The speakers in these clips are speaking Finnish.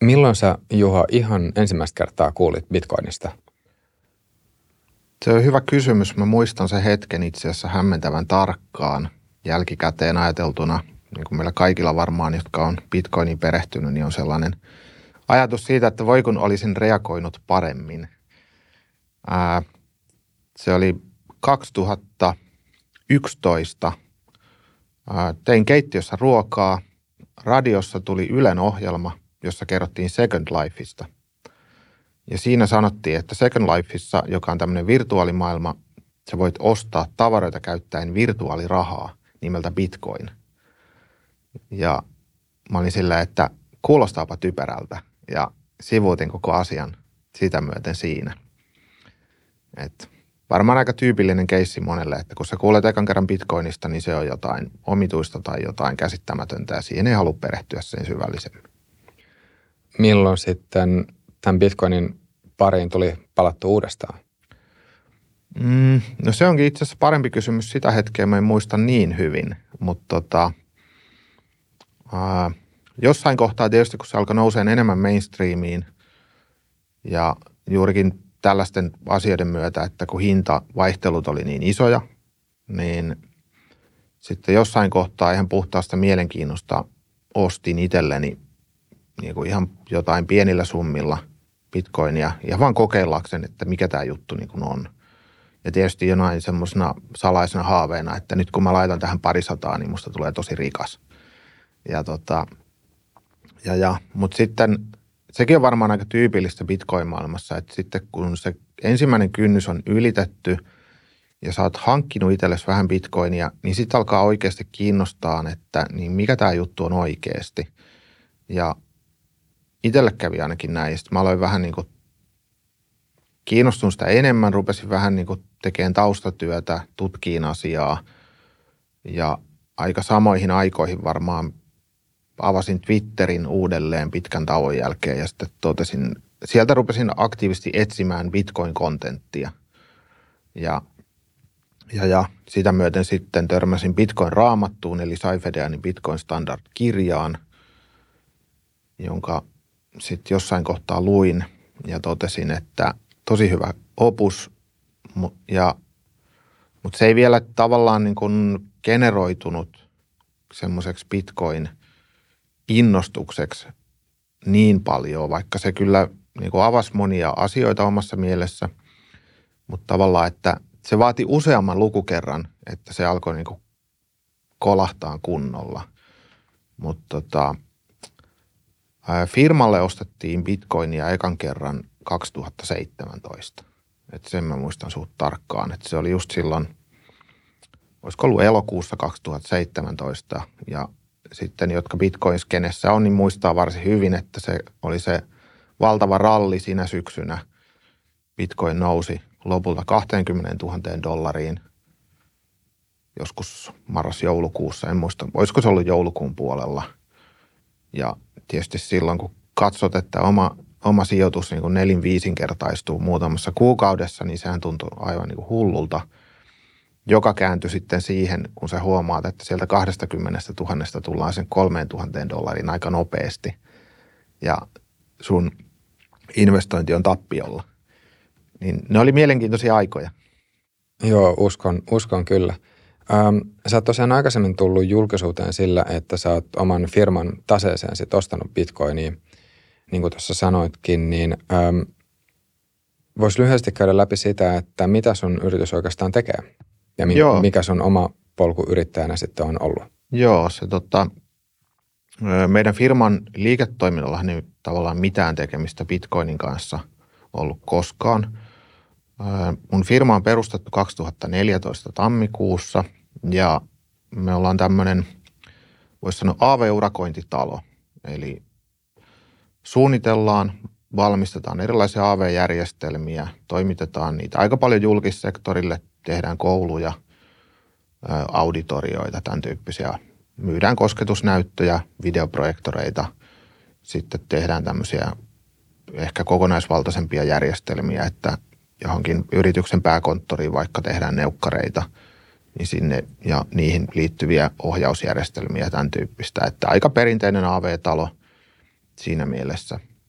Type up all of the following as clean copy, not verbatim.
Milloin sä, Juha, ihan ensimmäistä kertaa kuulit Bitcoinista? Se on hyvä kysymys. Mä muistan sen hetken itse asiassa hämmentävän tarkkaan jälkikäteen ajateltuna. Niin kuin meillä kaikilla varmaan, jotka on Bitcoiniin perehtynyt, niin on sellainen ajatus siitä, että voi kun olisin reagoinut paremmin. Se oli 2011. Tein keittiössä ruokaa. Radiossa tuli Ylen ohjelma, jossa kerrottiin Second Lifeista. Ja siinä sanottiin, että Second Lifeissa, joka on tämmöinen virtuaalimaailma, sä voit ostaa tavaroita käyttäen virtuaalirahaa nimeltä Bitcoin. Ja mä olin sillä, että kuulostaapa typerältä ja sivuutin koko asian sitä myöten siinä. Et varmaan aika tyypillinen keissi monelle, että kun sä kuulet ekan kerran Bitcoinista, niin se on jotain omituista tai jotain käsittämätöntä ja siihen ei halua perehtyä sen syvällisemmin. Milloin sitten tämän Bitcoinin pariin tuli palattu uudestaan? No se onkin itse asiassa parempi kysymys. Sitä hetkeä mä en muista niin hyvin, mutta jossain kohtaa tietysti, kun se alkoi nousemaan enemmän mainstreamiin ja juurikin tällaisten asioiden myötä, että kun hintavaihtelut oli niin isoja, niin sitten jossain kohtaa ihan puhtaasta mielenkiinnosta ostin itselleni niin kuin ihan jotain pienillä summilla Bitcoinia ihan vaan kokeillakseen, että mikä tämä juttu niin kuin on. Ja tietysti jonain semmoisena salaisena haaveena, että nyt kun mä laitan tähän 200, niin musta tulee tosi rikas. Mutta sitten sekin on varmaan aika tyypillistä Bitcoin-maailmassa, että sitten kun se ensimmäinen kynnys on ylitetty ja sä oot hankkinut itsellesi vähän Bitcoinia, niin sitten alkaa oikeasti kiinnostaa, että niin mikä tämä juttu on oikeasti. Ja itselle kävi ainakin näin. Sitten mä aloin vähän niin kuin kiinnostun sitä enemmän, rupesin vähän niin kuin tekemään taustatyötä, tutkiin asiaa ja aika samoihin aikoihin varmaan avasin Twitterin uudelleen pitkän tauon jälkeen ja sitten sieltä rupesin aktiivisesti etsimään Bitcoin-kontenttia ja sitä myöten sitten törmäsin Bitcoin-raamattuun eli Seifedianin Bitcoin Standard-kirjaan, jonka sitten jossain kohtaa luin ja totesin, että tosi hyvä opus, mutta se ei vielä tavallaan niin kuin generoitunut semmoiseksi Bitcoin-innostukseksi niin paljon, vaikka se kyllä niin kuin avasi monia asioita omassa mielessä, mutta tavallaan, että se vaati useamman lukukerran, että se alkoi niin kuin kolahtaa kunnolla. Mutta firmalle ostettiin Bitcoinia ekan kerran 2017. Että sen mä muistan suht tarkkaan, että se oli just silloin, olisiko ollut elokuussa 2017 ja sitten, jotka Bitcoin-skenessä on, niin muistaa varsin hyvin, että se oli se valtava ralli siinä syksynä. Bitcoin nousi lopulta $20,000 joskus marras-joulukuussa, en muista, olisiko se ollut joulukuun puolella. Ja tietysti silloin, kun katsot, että oma sijoitus niin kuin 4-5-kertaistuu muutamassa kuukaudessa, niin sehän tuntui aivan niin kuin hullulta, joka kääntyi sitten siihen, kun sä huomaat, että sieltä 20 000 tullaan sen $3,000 aika nopeasti ja sun investointi on tappiolla. Niin ne oli mielenkiintoisia aikoja. Joo, uskon kyllä. Sä oot tosiaan aikaisemmin tullut julkisuuteen sillä, että sä oot oman firman taseeseen sit ostanut Bitcoinia, niin kuin tuossa sanoitkin, niin voisi lyhyesti käydä läpi sitä, että mitä sun yritys oikeastaan tekee ja mikä sun oma polku yrittäjänä sitten on ollut. Joo, se meidän firman liiketoiminnallahan ei tavallaan mitään tekemistä Bitcoinin kanssa ollut koskaan. Mun firma on perustettu 2014 tammikuussa ja me ollaan tämmöinen, voisi sanoa AV-urakointitalo. Eli suunnitellaan, valmistetaan erilaisia AV-järjestelmiä, toimitetaan niitä aika paljon julkissektorille, tehdään kouluja, auditorioita, tämän tyyppisiä. Myydään kosketusnäyttöjä, videoprojektoreita, sitten tehdään tämmöisiä ehkä kokonaisvaltaisempia järjestelmiä, että johonkin yrityksen pääkonttoriin vaikka tehdään neukkareita, niin sinne ja niihin liittyviä ohjausjärjestelmiä tämän tyyppistä. Että aika perinteinen AV-talo siinä mielessä.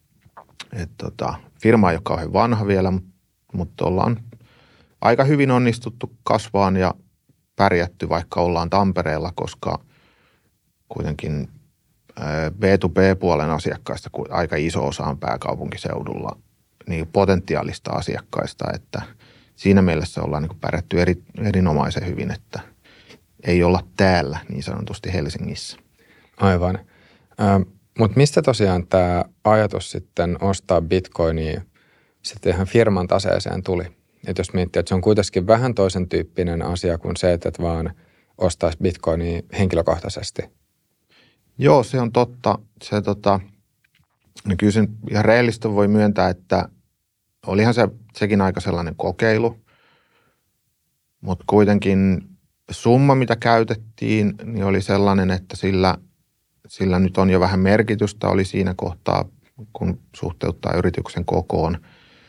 Firma ei ole kauhean vanha vielä, mutta ollaan aika hyvin onnistuttu kasvaan ja pärjätty, vaikka ollaan Tampereella, koska kuitenkin B2B-puolen asiakkaista aika iso osa on pääkaupunkiseudulla niin potentiaalista asiakkaista, että siinä mielessä ollaan niin kuin pärjätty erinomaisen hyvin, että ei olla täällä niin sanotusti Helsingissä. Aivan. Mutta mistä tosiaan tämä ajatus sitten ostaa bitcoinia sitten ihan firman taseeseen tuli? Että jos miettii, että se on kuitenkin vähän toisen tyyppinen asia kuin se, että vaan ostaisi bitcoinia henkilökohtaisesti. Joo, se on totta. Kyllä sen ihan rehellisesti voi myöntää, että olihan sekin aika sellainen kokeilu, mutta kuitenkin summa, mitä käytettiin, niin oli sellainen, että sillä nyt on jo vähän merkitystä, oli siinä kohtaa, kun suhteuttaa yrityksen kokoon.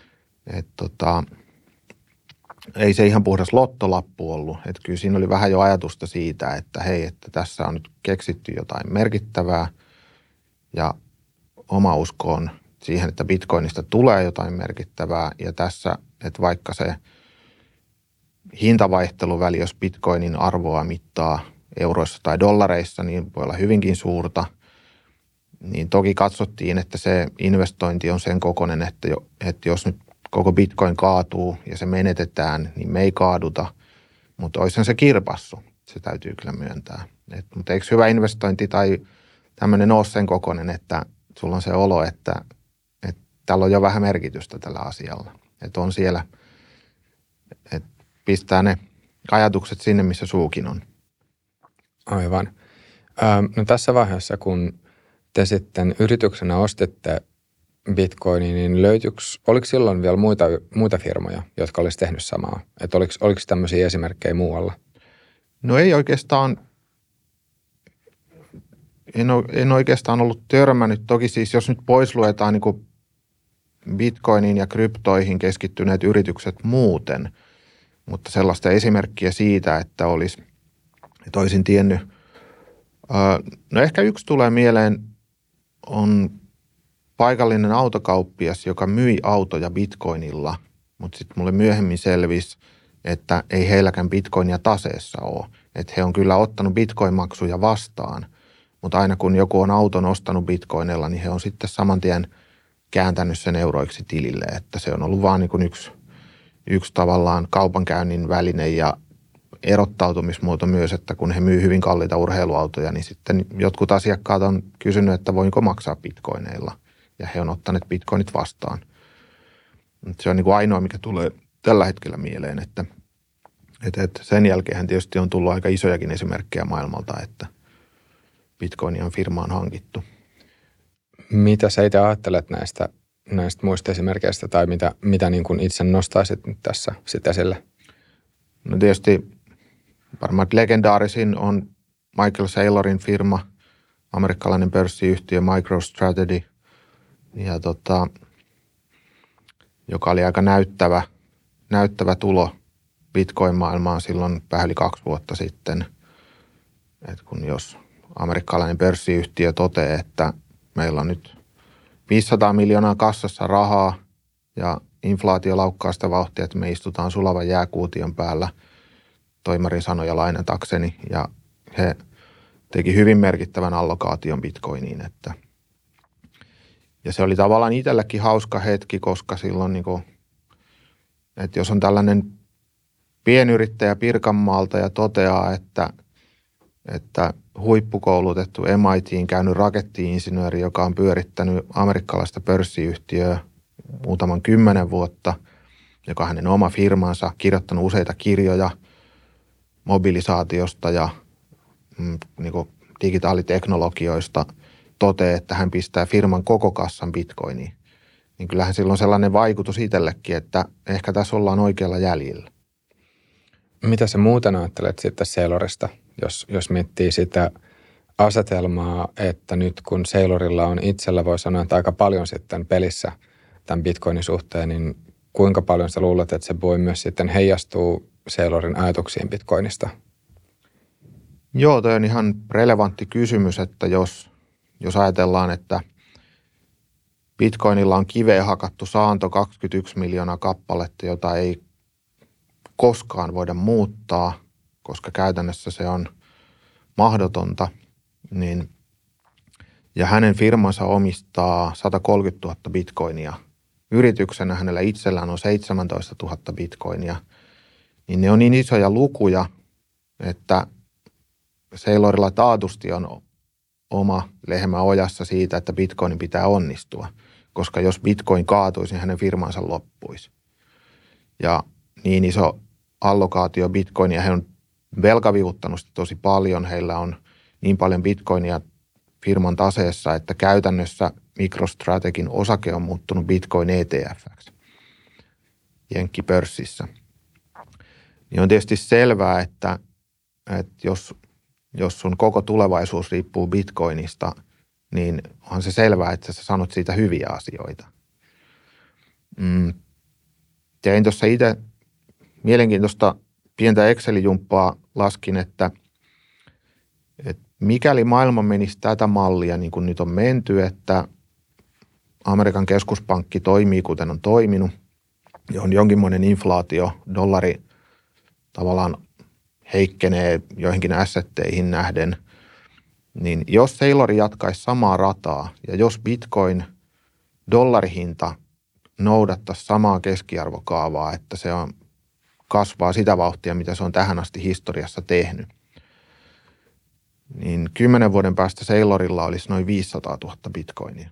Ei se ihan puhdas lottolappu ollut. Että kyllä siinä oli vähän jo ajatusta siitä, että hei, että tässä on nyt keksitty jotain merkittävää ja oma usko on siihen, että bitcoinista tulee jotain merkittävää ja tässä, että vaikka se hintavaihteluväli, jos bitcoinin arvoa mittaa euroissa tai dollareissa, niin voi olla hyvinkin suurta. Niin toki katsottiin, että se investointi on sen kokoinen, että jos nyt koko bitcoin kaatuu ja se menetetään, niin me ei kaaduta, mutta olisihan se kirpassu, se täytyy kyllä myöntää. Mutta eikö hyvä investointi tai tämmöinen ole sen kokoinen, että sulla on se olo, että täällä on jo vähän merkitystä tällä asialla. Että on siellä, että pistää ne ajatukset sinne, missä suukin on. Aivan. No tässä vaiheessa, kun te sitten yrityksenä ostitte bitcoinin, niin oliko silloin vielä muita firmoja, jotka olisi tehnyt samaa? Että oliko tämmöisiä esimerkkejä muualla? No ei oikeastaan, en oikeastaan ollut törmännyt. Toki siis jos nyt pois luetaan niin kuin bitcoiniin ja kryptoihin keskittyneet yritykset muuten, mutta sellaista esimerkkiä siitä, että olisin tiennyt. No ehkä yksi tulee mieleen, on paikallinen autokauppias, joka myi autoja bitcoinilla, mutta sitten mulle myöhemmin selvisi, että ei heilläkään bitcoinia taseessa ole. Että he on kyllä ottanut bitcoin-maksuja vastaan, mutta aina kun joku on auton ostanut bitcoinilla, niin he on sitten saman tien kääntänyt sen euroiksi tilille. Että se on ollut vaan niin kuin yksi tavallaan kaupankäynnin väline ja erottautumismuoto myös, että kun he myy hyvin kalliita urheiluautoja, niin sitten jotkut asiakkaat on kysynyt, että voinko maksaa bitcoineilla. Ja he on ottaneet bitcoinit vastaan. Se on niin kuin ainoa, mikä tulee tällä hetkellä mieleen, että sen jälkeen tietysti on tullut aika isojakin esimerkkejä maailmalta, että bitcoinia on firmaan hankittu. Mitä sä itse ajattelet näistä muista esimerkkeistä tai mitä niin kuin itse nostaisit nyt tässä sitä esille? No tietysti varmaan legendaarisin on Michael Saylorin firma, amerikkalainen pörssiyhtiö MicroStrategy, ja joka oli aika näyttävä tulo Bitcoin-maailmaan silloin vähän yli 2 vuotta sitten. Et kun jos amerikkalainen pörssiyhtiö toteaa, että meillä on nyt 500 miljoonaa kassassa rahaa ja inflaatio laukkaa sitä vauhtia, että me istutaan sulavan jääkuution päällä toimarin sanoja lainatakseni, ja he teki hyvin merkittävän allokaation bitcoiniin. Ja se oli tavallaan itsellekin hauska hetki, koska silloin, että jos on tällainen pienyrittäjä Pirkanmaalta ja toteaa, että huippukoulutettu MIT:in käynyt rakettiinsinööri, joka on pyörittänyt amerikkalaista pörssiyhtiöä muutaman 10 vuotta, joka on hänen oma firmansa, kirjoittanut useita kirjoja mobilisaatiosta ja digitaaliteknologioista, toteaa, että hän pistää firman koko kassan bitcoiniin. Niin kyllähän silloin sellainen vaikutus itsellekin, että ehkä tässä ollaan oikealla jäljellä. Mitä sä muuten ajattelet sitten Saylorista, jos miettii sitä asetelmaa, että nyt kun Saylorilla on itsellä, voi sanoa, että aika paljon sitten pelissä tämän bitcoinin suhteen, niin kuinka paljon sä luulet, että se voi myös sitten heijastua Saylorin ajatuksiin bitcoinista? Joo, toi on ihan relevantti kysymys, että jos ajatellaan, että Bitcoinilla on kiveen hakattu saanto 21 miljoonaa kappaletta, jota ei koskaan voida muuttaa, koska käytännössä se on mahdotonta. Ja hänen firmansa omistaa 130 000 bitcoinia. Yrityksenä hänellä itsellään on 17 000 bitcoinia. Niin ne on niin isoja lukuja, että Saylorilla taatusti on oma lehmä ojassa siitä, että bitcoinin pitää onnistua. Koska jos bitcoin kaatuisi, niin hänen firmansa loppuisi. Ja niin iso allokaatio bitcoinia, he on velkavivuttanut tosi paljon. Heillä on niin paljon bitcoinia firman taseessa, että käytännössä MicroStratегin osake on muuttunut Bitcoin ETF:ksi jenkkipörssissä. Niin on tietysti selvää, että jos sun koko tulevaisuus riippuu Bitcoinista, niin onhan se selvää, että sä sanot siitä hyviä asioita. Tein tuossa itse mielenkiintoista pientä Excel-jumppaa, laskin, että mikäli maailma menisi tätä mallia, niin kuin nyt on menty, että Amerikan keskuspankki toimii kuten on toiminut, ja on jonkinmoinen inflaatio, dollari tavallaan heikkenee joihinkin assetteihin nähden, niin jos Saylor jatkaisi samaa rataa, ja jos Bitcoin dollarihinta noudattaisi samaa keskiarvokaavaa, että se on kasvaa sitä vauhtia, mitä se on tähän asti historiassa tehnyt, niin 10 vuoden päästä Saylorilla olisi noin 500 000 bitcoinia.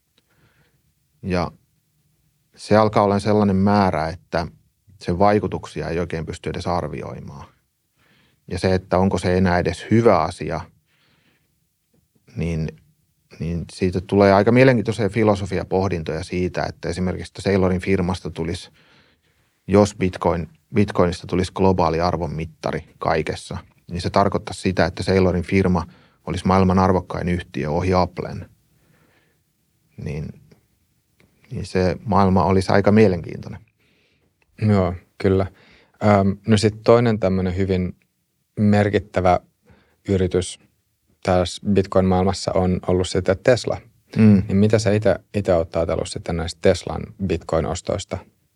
Ja se alkaa olla sellainen määrä, että sen vaikutuksia ei oikein pysty edes arvioimaan. Ja se, että onko se enää edes hyvä asia, niin siitä tulee aika mielenkiintoisia filosofiapohdintoja siitä, että esimerkiksi Saylorin firmasta tulisi, jos Bitcoinista tulisi globaali arvonmittari kaikessa, niin se tarkoittaisi sitä, että Saylorin firma olisi maailman arvokkain yhtiö ohi Applen. Niin se maailma olisi aika mielenkiintoinen. Joo, kyllä. No sitten toinen tämmöinen hyvin merkittävä yritys tässä Bitcoin-maailmassa on ollut sitten Tesla. Niin mitä sä itse oot ajatellut sitten näistä Teslan Bitcoin-ostoista?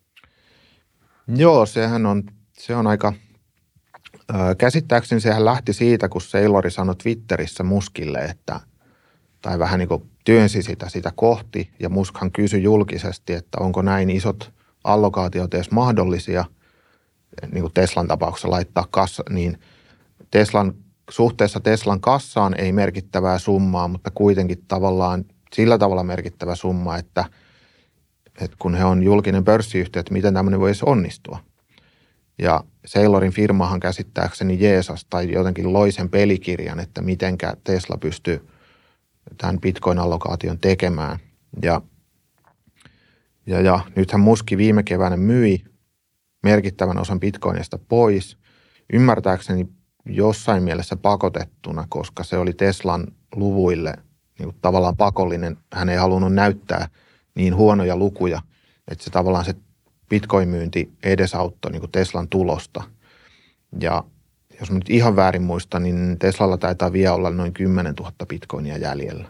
Joo, se on aika, käsittääkseni sehän lähti siitä, kun Saylor sanoi Twitterissä Muskille, tai vähän niin kuin työnsi sitä kohti, ja Muskhan kysyi julkisesti, että onko näin isot allokaatiot edes mahdollisia, niin kuin Teslan tapauksessa laittaa niin suhteessa Teslan kassaan ei merkittävää summaa, mutta kuitenkin tavallaan sillä tavalla merkittävä summa, että kun he on julkinen pörssiyhtiö, että miten tämmöinen voisi onnistua. Ja Saylorin firmahan käsittääkseni jeesas tai jotenkin loi sen pelikirjan, että mitenkä Tesla pystyy tämän Bitcoin-allokaation tekemään. Ja nythän Muski viime keväänä myi merkittävän osan Bitcoinista pois. Ymmärtääkseni jossain mielessä pakotettuna, koska se oli Teslan luvuille niin kuin tavallaan pakollinen. Hän ei halunnut näyttää niin huonoja lukuja, että se tavallaan se Bitcoin-myynti edesauttoi niin kuin Teslan tulosta. Ja jos mä nyt ihan väärin muistan, niin Teslalla taitaa vielä olla noin 10 000 bitcoinia jäljellä.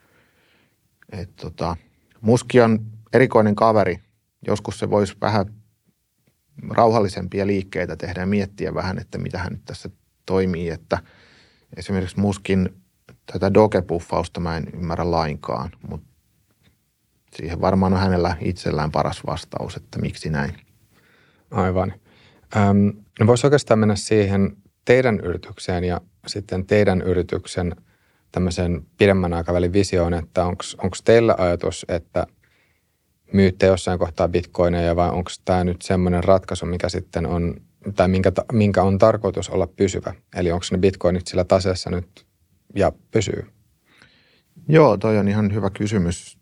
Muski on erikoinen kaveri. Joskus se voisi vähän rauhallisempia liikkeitä tehdä ja miettiä vähän, että mitä hän nyt tässä toimii. Että esimerkiksi Muskin tätä doge-puffausta mä en ymmärrä lainkaan, mutta siihen varmaan on hänellä itsellään paras vastaus, että miksi näin. Aivan. No voisi oikeastaan mennä siihen teidän yritykseen ja sitten teidän yrityksen tämmöisen pidemmän aikavälin visioon, että onko teillä ajatus, että myytte jossain kohtaa bitcoineja vai onko tämä nyt semmoinen ratkaisu, mikä sitten on, tai minkä on tarkoitus olla pysyvä? Eli onko ne bitcoinit sillä taseessa nyt ja pysyy? Joo, toi on ihan hyvä kysymys.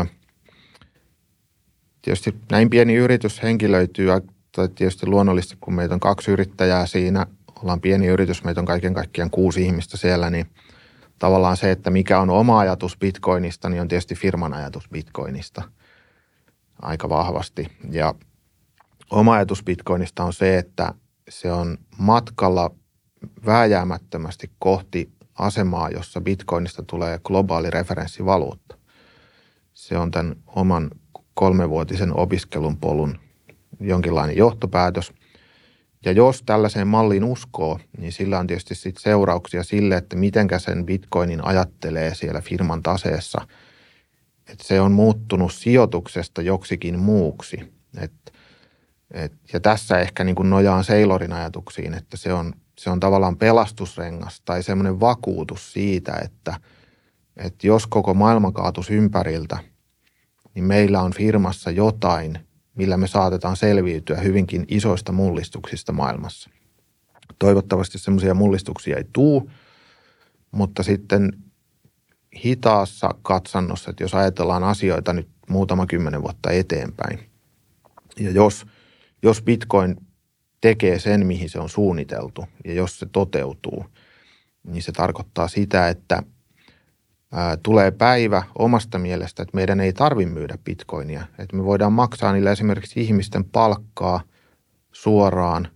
Tietysti näin pieni yritys henkilöityy, tai tietysti luonnollisesti, kun meitä on 2 yrittäjää siinä, ollaan pieni yritys, meitä on kaiken kaikkiaan 6 ihmistä siellä, niin tavallaan se, että mikä on oma ajatus bitcoinista, niin on tietysti firman ajatus bitcoinista aika vahvasti. Ja oma ajatus bitcoinista on se, että se on matkalla vääjäämättömästi kohti asemaa, jossa bitcoinista tulee globaali referenssivaluutta. se on tämän oman 3-vuotisen opiskelun polun jonkinlainen johtopäätös. Ja jos tällaiseen malliin uskoo, niin sillä on tietysti sit seurauksia sille, että mitenkä sen bitcoinin ajattelee siellä firman taseessa. Että se on muuttunut sijoituksesta joksikin muuksi. Ja tässä ehkä niin kuin nojaan Saylorin ajatuksiin, että se on tavallaan pelastusrengas tai semmoinen vakuutus siitä, että jos koko maailma kaatuisi ympäriltä, niin meillä on firmassa jotain, millä me saatetaan selviytyä hyvinkin isoista mullistuksista maailmassa. Toivottavasti semmoisia mullistuksia ei tule, mutta sitten hitaassa katsannossa, että jos ajatellaan asioita nyt muutama 10 vuotta eteenpäin, ja jos Bitcoin tekee sen, mihin se on suunniteltu, ja jos se toteutuu, niin se tarkoittaa sitä, että tulee päivä omasta mielestä, että meidän ei tarvitse myydä bitcoinia. Että me voidaan maksaa niillä esimerkiksi ihmisten palkkaa suoraan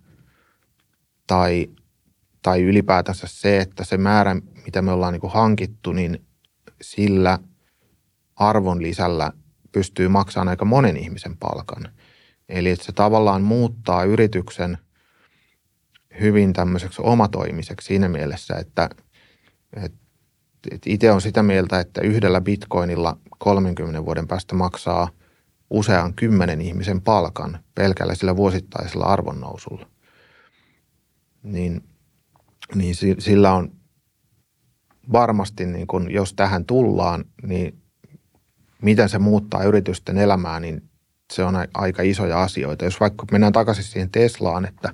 tai ylipäätänsä se, että se määrä, mitä me ollaan niin kuin hankittu, niin sillä arvon lisällä pystyy maksamaan aika monen ihmisen palkan. Eli että se tavallaan muuttaa yrityksen hyvin tämmöiseksi omatoimiseksi siinä mielessä, että itse on sitä mieltä, että yhdellä bitcoinilla 30 vuoden päästä maksaa usean 10 ihmisen palkan pelkällä sillä vuosittaisella arvonnousulla. Niin sillä on varmasti, niin kun, jos tähän tullaan, niin miten se muuttaa yritysten elämää, niin se on aika isoja asioita. Jos vaikka mennään takaisin siihen Teslaan, että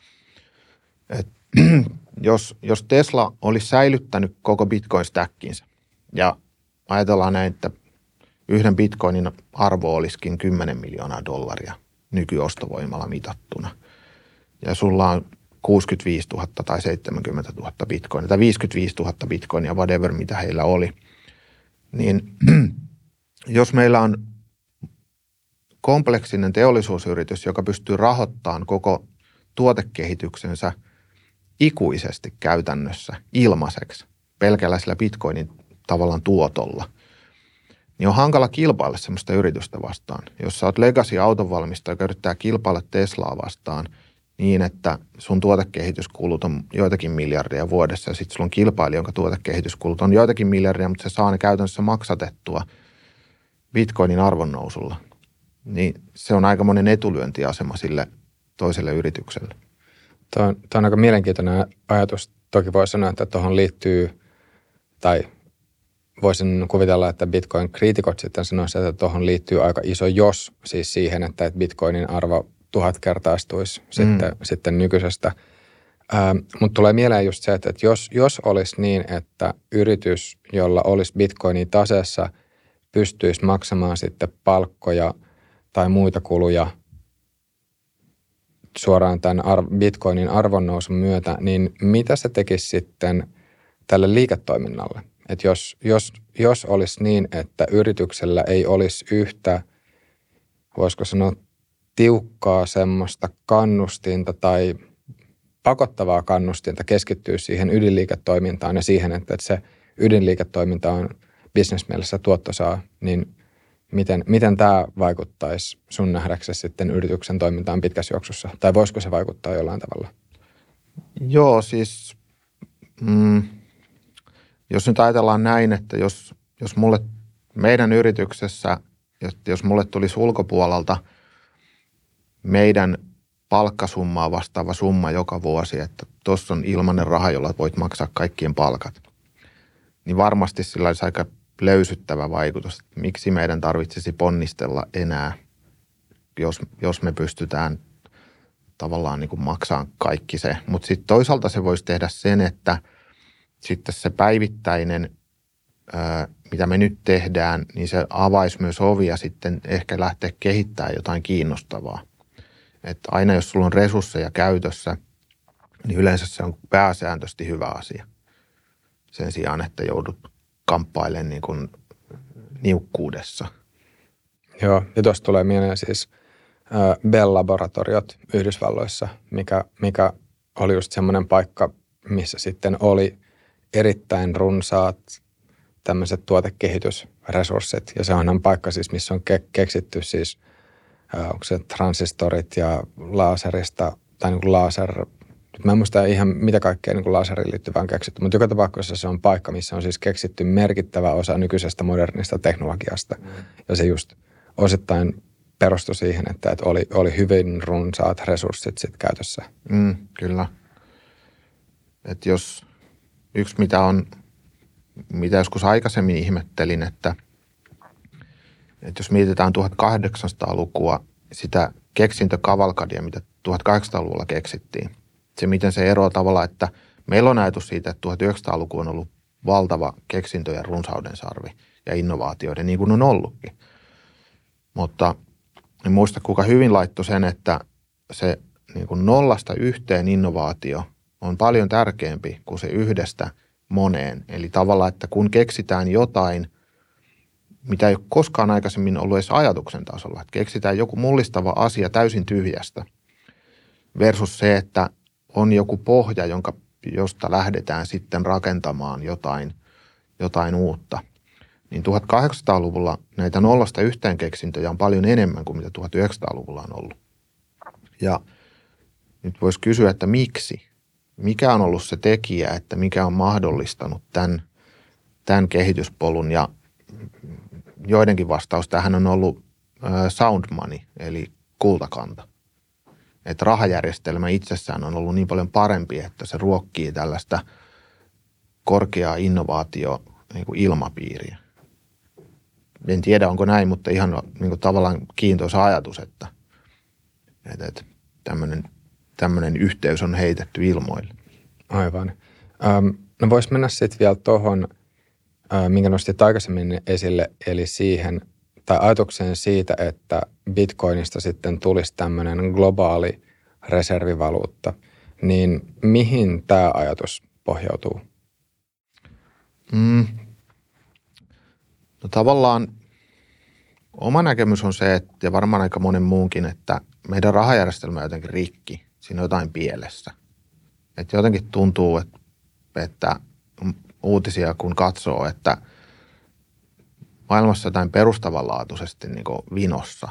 jos Tesla olisi säilyttänyt koko Bitcoin-stackinsä ja ajatellaan näin, että yhden Bitcoinin arvo olisikin $10 miljoonaa nykyostovoimalla mitattuna ja sulla on 65 000 tai 70 000 bitcoinia tai 55 000 bitcoinia, whatever mitä heillä oli, niin jos meillä on kompleksinen teollisuusyritys, joka pystyy rahoittamaan koko tuotekehityksensä ikuisesti käytännössä ilmaiseksi pelkällä sillä bitcoinin tavallaan tuotolla, niin on hankala kilpailla semmoista yritystä vastaan. Jos sä oot legacy-autonvalmistaja, joka yrittää kilpailla Teslaa vastaan niin, että sun tuotekehityskulut on joitakin miljardia vuodessa ja sitten sulla on kilpailija, jonka tuotekehityskulut on joitakin miljardia, mutta se saa ne käytännössä maksatettua bitcoinin arvonnousulla, niin se on aika monen etulyöntiasema sille toiselle yritykselle. Tuo on aika mielenkiintoinen ajatus. Toki voi sanoa, että tuohon liittyy, tai voisin kuvitella, että Bitcoin-kriitikot sitten sanoisivat, että tuohon liittyy aika iso jos, siis siihen, että Bitcoinin arvo 1000-kertaistuisi sitten nykyisestä. Mutta tulee mieleen just se, että jos olisi niin, että yritys, jolla olisi Bitcoinin taseessa, pystyisi maksamaan sitten palkkoja tai muita kuluja suoraan tämän Bitcoinin arvonnousun myötä, niin mitä se tekisi sitten tälle liiketoiminnalle? Että jos olisi niin, että yrityksellä ei olisi yhtä, voisiko sanoa, tiukkaa semmoista kannustinta tai pakottavaa kannustinta keskittyä siihen ydinliiketoimintaan ja siihen, että se ydinliiketoiminta on bisnesmielessä tuottosaa, niin miten tämä vaikuttaisi sun nähdäksesi sitten yrityksen toimintaan pitkässä juoksussa? Tai voisiko se vaikuttaa jollain tavalla? Joo, siis jos nyt ajatellaan näin, että jos mulle meidän yrityksessä, jos mulle tulisi ulkopuolelta meidän palkkasummaa vastaava summa joka vuosi, että tuossa on ilmainen raha, jolla voit maksaa kaikkien palkat, niin varmasti sillä olisi aika löysyttävä vaikutus, että miksi meidän tarvitsisi ponnistella enää, jos me pystytään tavallaan niin kuin maksamaan kaikki se. Mutta sitten toisaalta se voisi tehdä sen, että sitten se päivittäinen, mitä me nyt tehdään, niin se avaisi myös ovia sitten ehkä lähteä kehittämään jotain kiinnostavaa. Että aina jos sulla on resursseja käytössä, niin yleensä se on pääsääntöisesti hyvä asia. Sen sijaan, että joudut kamppailemaan niin kuin niukkuudessa. Joo, ja tuosta tulee mieleen siis Bell-laboratoriot Yhdysvalloissa, mikä oli just semmoinen paikka, missä sitten oli erittäin runsaat tämmöiset resurssit. Ja se on paikka siis, missä on keksitty siis, onko se transistorit ja laserista, tai niin kuin laser, mä en muista ihan mitä kaikkea niin kuin laseriin liittyvää on keksitty, mutta joka tapauksessa se on paikka, missä on siis keksitty merkittävä osa nykyisestä modernista teknologiasta. Ja se just osittain perustui siihen, että oli hyvin runsaat resurssit sit käytössä. Kyllä. Että jos yksi mitä joskus aikaisemmin ihmettelin, että jos mietitään 1800-lukua, sitä keksintökavalkadia, mitä 1800-luvulla keksittiin. Se, miten se eroaa tavallaan, että meillä on ajatus siitä, että 1900-luku on ollut valtava keksintöjen runsauden sarvi ja innovaatioiden, niin kuin on ollutkin. Mutta en muista, kuka hyvin laittoi sen, että se niin kuin 0–1 innovaatio on paljon tärkeämpi kuin se 1–moneen. Eli tavallaan, että kun keksitään jotain, mitä ei ole koskaan aikaisemmin ollut edes ajatuksen tasolla, että keksitään joku mullistava asia täysin tyhjästä versus se, että on joku pohja, josta lähdetään sitten rakentamaan jotain uutta. Niin 1800-luvulla näitä 0–1 keksintöjä on paljon enemmän kuin mitä 1900-luvulla on ollut. Ja nyt voisi kysyä, että miksi? Mikä on ollut se tekijä, että mikä on mahdollistanut tämän kehityspolun? Ja joidenkin vastaus tähän on ollut sound money, eli kultakanta. Että rahajärjestelmä itsessään on ollut niin paljon parempi, että se ruokkii tällaista korkeaa innovaatio-ilmapiiriä. En tiedä, onko näin, mutta ihan niin kuin tavallaan kiintoisa ajatus, että tämmöinen yhteys on heitetty ilmoille. Aivan. No vois mennä sitten vielä tuohon, minkä nostit aikaisemmin esille, eli siihen, tai ajatukseen siitä, että Bitcoinista sitten tulisi tämmöinen globaali reservivaluutta, niin mihin tämä ajatus pohjautuu? No tavallaan oma näkemys on se, että, ja varmaan aika monen muunkin, että meidän rahajärjestelmä on jotenkin rikki. Siinä on jotain pielessä. Että jotenkin tuntuu, että uutisia kun katsoo, että maailmassa jotain perustavanlaatuisesti niin kuin vinossa.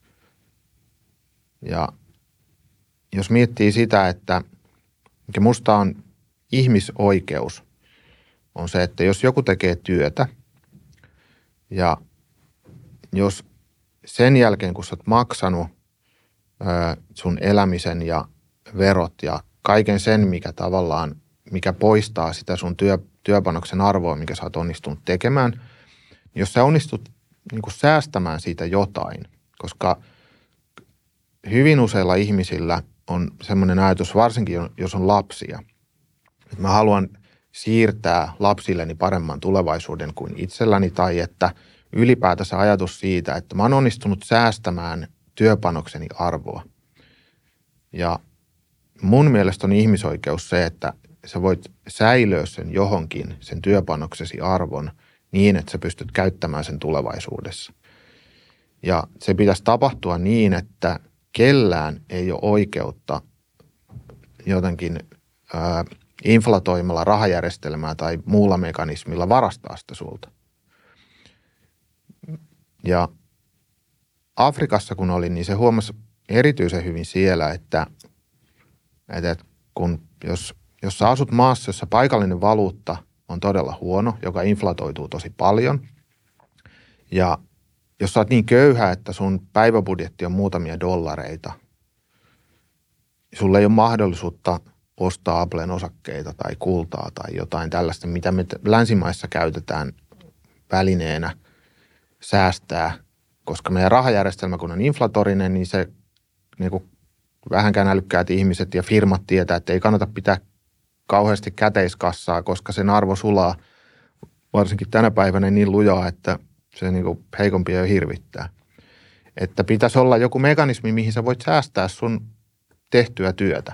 Ja jos miettii sitä, että mikä musta on ihmisoikeus, on se, että jos joku tekee työtä ja jos sen jälkeen, kun sä oot maksanut sun elämisen ja verot ja kaiken sen, mikä poistaa sitä sun työpanoksen arvoa, mikä sä oot onnistunut tekemään, jos sä onnistut niin kuin säästämään siitä jotain, koska hyvin useilla ihmisillä on semmoinen ajatus, varsinkin jos on lapsia, että mä haluan siirtää lapsilleni paremman tulevaisuuden kuin itselläni, tai että ylipäätänsä ajatus siitä, että mä oon onnistunut säästämään työpanokseni arvoa. Ja mun mielestä on ihmisoikeus se, että sä voit säilöä sen johonkin, sen työpanoksesi arvon, niin, että sä pystyt käyttämään sen tulevaisuudessa. Ja se pitäisi tapahtua niin, että kellään ei ole oikeutta jotenkin inflatoimalla rahajärjestelmää tai muulla mekanismilla varastaa sitä sulta. Ja Afrikassa kun olin, niin se huomasi erityisen hyvin siellä, että jos sä asut maassa, jossa paikallinen valuutta on todella huono, joka inflatoituu tosi paljon, ja jos sä oot niin köyhä, että sun päiväbudjetti on muutamia dollareita, sulla ei ole mahdollisuutta ostaa Applen osakkeita tai kultaa tai jotain tällaista, mitä me länsimaissa käytetään välineenä säästää, koska meidän rahajärjestelmä, kun on inflatorinen, niin se niin kuin vähänkään älykkäät ihmiset ja firmat tietää, että ei kannata pitää kauheasti käteiskassaa, koska sen arvo sulaa varsinkin tänä päivänä niin lujaa, että se niin kuin heikompia jo hirvittää. Että pitäisi olla joku mekanismi, mihin sä voit säästää sun tehtyä työtä.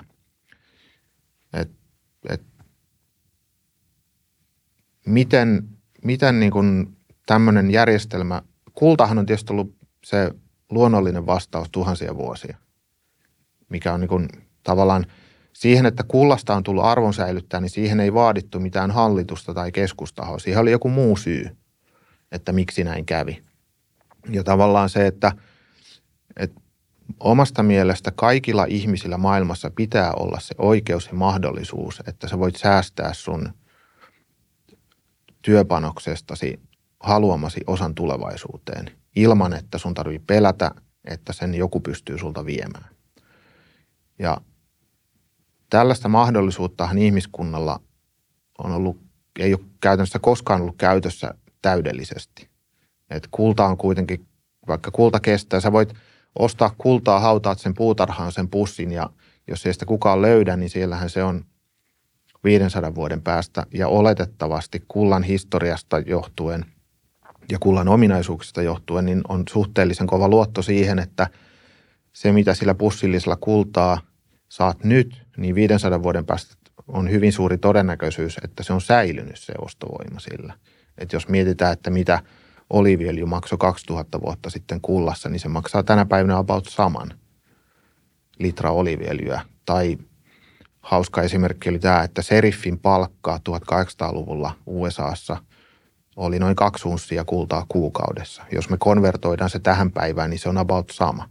Miten niin kuin tämmöinen järjestelmä, kultahan on tietysti ollut se luonnollinen vastaus tuhansia vuosia, mikä on niin kuin tavallaan siihen, että kullasta on tullut arvon säilyttää, niin siihen ei vaadittu mitään hallitusta tai keskustahoa. Siihen oli joku muu syy. että miksi näin kävi. Ja tavallaan se, että omasta mielestä kaikilla ihmisillä maailmassa pitää olla se oikeus ja mahdollisuus, että sä voit säästää sun työpanoksestasi haluamasi osan tulevaisuuteen ilman, että sun tarvii pelätä, että sen joku pystyy sulta viemään. Ja tällaista mahdollisuuttahan ihmiskunnalla ei ole käytännössä koskaan ollut käytössä täydellisesti. Et kulta on kuitenkin, vaikka kulta kestää, sä voit ostaa kultaa, hautaat sen puutarhaan sen pussin ja jos ei sitä kukaan löydä, niin siellähän se on 500 vuoden päästä ja oletettavasti kullan historiasta johtuen ja kullan ominaisuuksista johtuen, niin on suhteellisen kova luotto siihen, että se mitä sillä pussillisella kultaa saat nyt, niin 500 vuoden päästä on hyvin suuri todennäköisyys, että se on säilynyt se ostovoima sillä. Että jos mietitään, että mitä oliiviöljy maksoi 2000 vuotta sitten kullassa, niin se maksaa tänä päivänä about saman litra oliiviöljyä. Tai hauska esimerkki oli tämä, että seriffin palkka 1800-luvulla USAssa oli noin 2 unssia kultaa kuukaudessa. Jos me konvertoidaan se tähän päivään, niin se on about sama.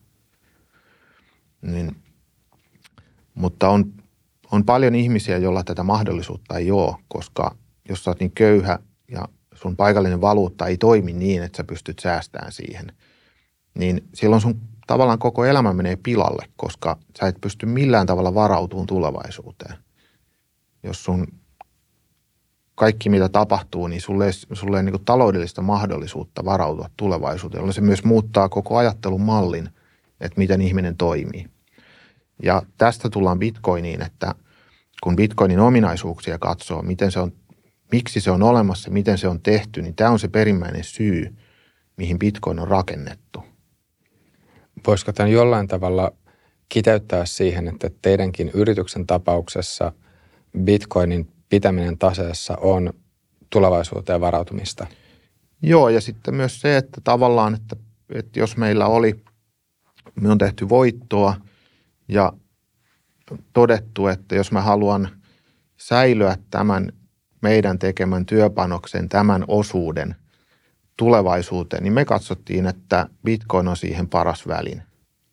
Mutta on paljon ihmisiä, joilla tätä mahdollisuutta ei ole, koska jos sä oot niin köyhä ja sun paikallinen valuutta ei toimi niin, että sä pystyt säästämään siihen, niin silloin sun tavallaan koko elämä menee pilalle, koska sä et pysty millään tavalla varautumaan tulevaisuuteen. Jos sun kaikki mitä tapahtuu, niin sulle ei niin kuin taloudellista mahdollisuutta varautua tulevaisuuteen, jolloin se myös muuttaa koko ajattelun mallin, että miten ihminen toimii. Ja tästä tullaan Bitcoiniin, että kun Bitcoinin ominaisuuksia katsoo, miksi se on olemassa, miten se on tehty, niin tämä on se perimmäinen syy, mihin Bitcoin on rakennettu. Voisiko tämän jollain tavalla kiteyttää siihen, että teidänkin yrityksen tapauksessa Bitcoinin pitäminen taseessa on tulevaisuuteen varautumista? Joo, ja sitten myös se, että tavallaan, että jos me on tehty voittoa ja todettu, että jos mä haluan säilyä tämän meidän tekemän työpanoksen, tämän osuuden tulevaisuuteen, niin me katsottiin, että Bitcoin on siihen paras väline.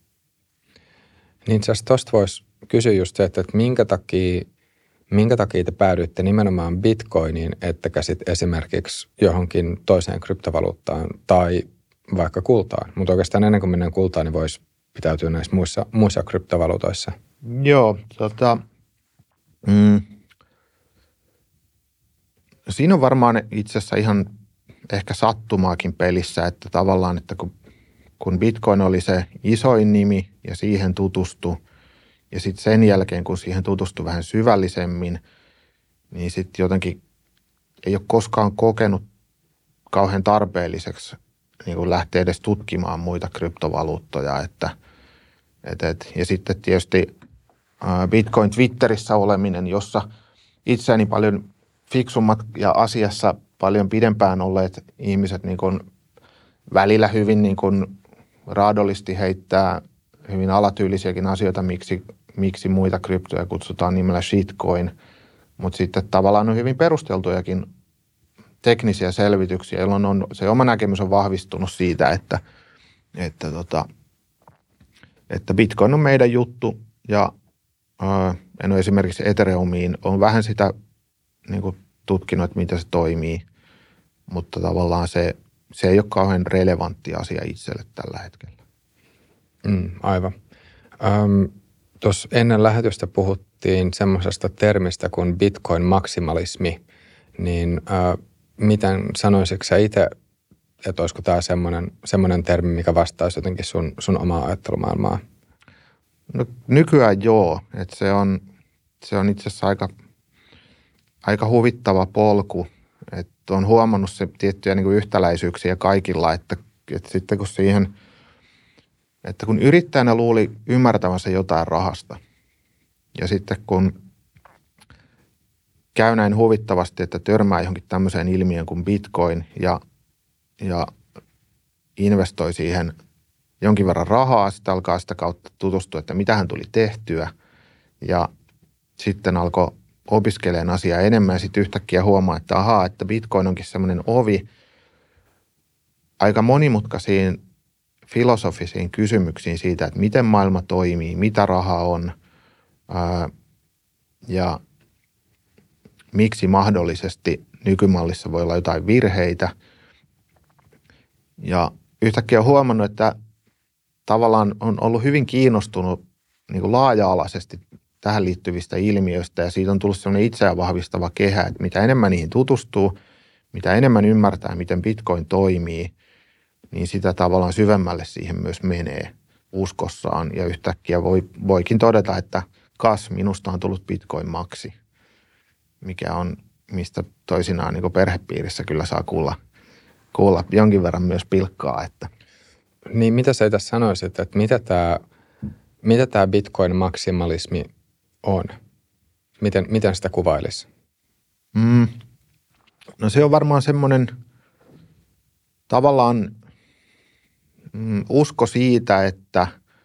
Niin tuosta voisi kysyä just se, että minkä takia te päädyitte nimenomaan Bitcoiniin, ettekä sitten esimerkiksi johonkin toiseen kryptovaluuttaan tai vaikka kultaan. Mutta oikeastaan ennen kuin mennään kultaan, niin voisi pitäytyä näissä muissa kryptovaluutoissa. Joo, siinä on varmaan itse asiassa ihan ehkä sattumaakin pelissä, että tavallaan, että kun Bitcoin oli se isoin nimi ja siihen tutustui, ja sitten sen jälkeen, kun siihen tutustui vähän syvällisemmin, niin sitten jotenkin ei ole koskaan kokenut kauhean tarpeelliseksi niin kuin lähteä edes tutkimaan muita kryptovaluuttoja. Ja sitten tietysti Bitcoin Twitterissä oleminen, jossa itseäni paljon fiksummat ja asiassa paljon pidempään olleet ihmiset niin kuin välillä hyvin niin kuin raadollisesti heittää hyvin alatyylisiäkin asioita, miksi muita kryptoja kutsutaan nimellä shitcoin, mutta sitten tavallaan on hyvin perusteltujakin teknisiä selvityksiä, jolloin se oma näkemys on vahvistunut siitä, että Bitcoin on meidän juttu ja en ole esimerkiksi Ethereumiin, on vähän sitä niin kuin tutkinut, että miten se toimii, mutta tavallaan se ei ole kauhean relevantti asia itselle tällä hetkellä. Aivan. Tuossa ennen lähetystä puhuttiin semmoisesta termistä kuin Bitcoin-maksimalismi, niin miten sanoisitko sä itse, että olisiko tämä semmoinen termi, mikä vastaisi jotenkin sun omaa ajattelumaailmaa? No, nykyään joo, että se on itse asiassa aika huvittava polku, että on huomannut se tiettyjä niin kuin yhtäläisyyksiä kaikilla, että sitten kun yrittäjänä luuli ymmärtävänsä jotain rahasta ja sitten kun käy näin huvittavasti, että törmää johonkin tämmöiseen ilmiöön kuin Bitcoin ja investoi siihen jonkin verran rahaa, sitten alkaa sitä kautta tutustua, että mitähän tuli tehtyä ja sitten alkoi opiskelemaan asiaa enemmän ja sitten yhtäkkiä huomaa, että että Bitcoin onkin semmoinen ovi aika monimutkaisiin filosofisiin kysymyksiin siitä, että miten maailma toimii, mitä raha on ja miksi mahdollisesti nykymallissa voi olla jotain virheitä. Ja yhtäkkiä on huomannut, että tavallaan on ollut hyvin kiinnostunut niin kuin laaja-alaisesti tähän liittyvistä ilmiöistä ja siitä on tullut sellainen itseään vahvistava kehä, että mitä enemmän niihin tutustuu, mitä enemmän ymmärtää, miten Bitcoin toimii, niin sitä tavallaan syvemmälle siihen myös menee uskossaan ja yhtäkkiä voikin todeta, että minusta on tullut Bitcoin-maksi, mikä on, mistä toisinaan niin kuin perhepiirissä kyllä saa kuulla jonkin verran myös pilkkaa. Että. Niin mitä sä tässä sanoisit, että mitä tämä Bitcoin-maksimalismi on? Miten sitä kuvailisi? No se on varmaan semmoinen tavallaan usko siitä, että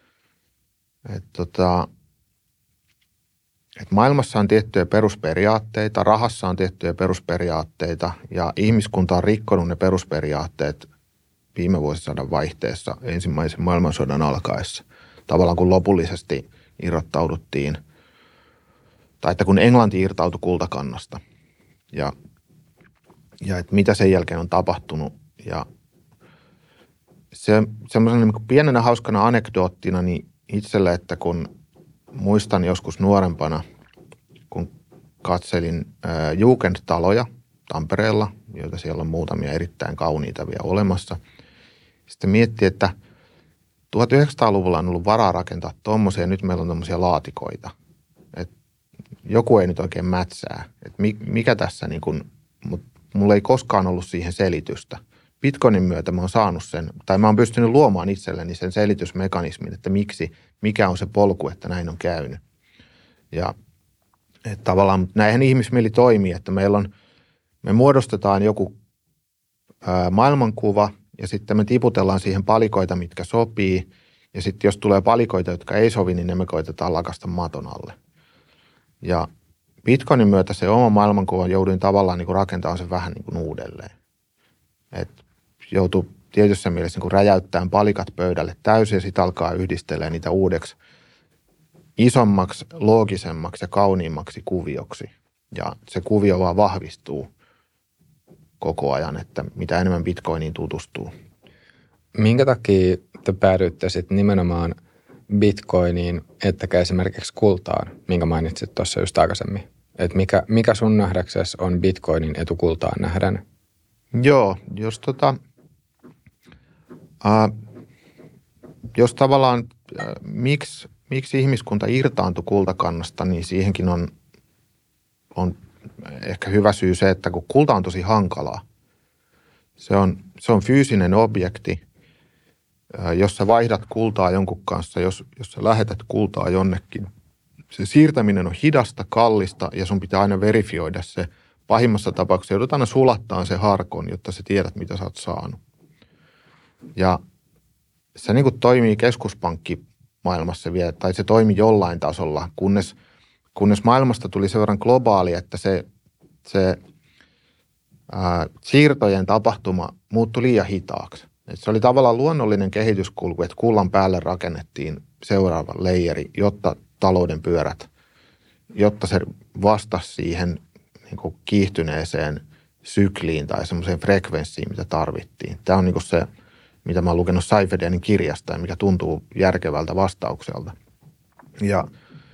maailmassa on tiettyjä perusperiaatteita, rahassa on tiettyjä perusperiaatteita ja ihmiskunta on rikkonut ne perusperiaatteet viime vuosisadan vaihteessa ensimmäisen maailmansodan alkaessa. Tavallaan kun lopullisesti irrottauduttiin, tai että kun Englanti irtautui kultakannasta ja että mitä sen jälkeen on tapahtunut. Ja semmoisena niin pienenä hauskana anekdoottina niin itselle, että kun muistan joskus nuorempana, kun katselin Jugendtaloja Tampereella, joita siellä on muutamia erittäin kauniita vielä olemassa. Sitten miettii, että 1900-luvulla on ollut varaa rakentaa tuommoisia ja nyt meillä on tuommoisia laatikoita. Et joku ei nyt oikein mätsää. Et mikä tässä niin kuin, mutta mulla ei koskaan ollut siihen selitystä. Bitcoinin myötä mä oon saanut sen, tai mä oon pystynyt luomaan itselleni sen selitysmekanismin, että mikä on se polku, että näin on käynyt. Ja että tavallaan näinhän ihmismieli toimii, että me muodostetaan joku maailmankuva ja sitten me tiputellaan siihen palikoita, mitkä sopii. Ja sitten jos tulee palikoita, jotka ei sovi, niin ne me koitetaan lakasta maton alle. Ja Bitcoinin myötä se oma maailmankuva jouduin tavallaan niin kuin rakentamaan sen vähän niin kuin uudelleen. Että joutuu tietyssä mielessä niin kuin räjäyttämään palikat pöydälle täysin ja sitten alkaa yhdistelemään niitä uudeksi isommaksi, loogisemmaksi ja kauniimmaksi kuvioksi. Ja se kuvio vaan vahvistuu koko ajan, että mitä enemmän Bitcoiniin tutustuu. Minkä takia te päädyitte sitten nimenomaan Bitcoiniin, ettekä esimerkiksi kultaan, minkä mainitsit tuossa just aikaisemmin? Että mikä sun nähdäksesi on Bitcoinin etu kultaan nähdään? Joo, jos tavallaan miksi ihmiskunta irtaantui kultakannasta, niin siihenkin on ehkä hyvä syy se, että kun kulta on tosi hankalaa. Se on fyysinen objekti, jos sä vaihdat kultaa jonkun kanssa, jos sä lähetät kultaa jonnekin. Se siirtäminen on hidasta, kallista ja sun pitää aina verifioida se. Pahimmassa tapauksessa joudut aina sulattaa se harkon, jotta sä tiedät, mitä sä oot saanut. Ja se niin kuin toimii keskuspankkimaailmassa vielä, tai se toimi jollain tasolla, kunnes maailmasta tuli sen verran globaali, että se siirtojen tapahtuma muuttui liian hitaaksi. Et se oli tavallaan luonnollinen kehityskulku, että kullan päälle rakennettiin seuraava leijeri, jotta talouden pyörät, jotta se vastasi siihen niin kuin kiihtyneeseen sykliin tai semmoiseen frekvenssiin, mitä tarvittiin. Tämä on niin kuin se, mitä mä oon lukenut Seifedianin kirjasta ja mikä tuntuu järkevältä vastaukselta. Ja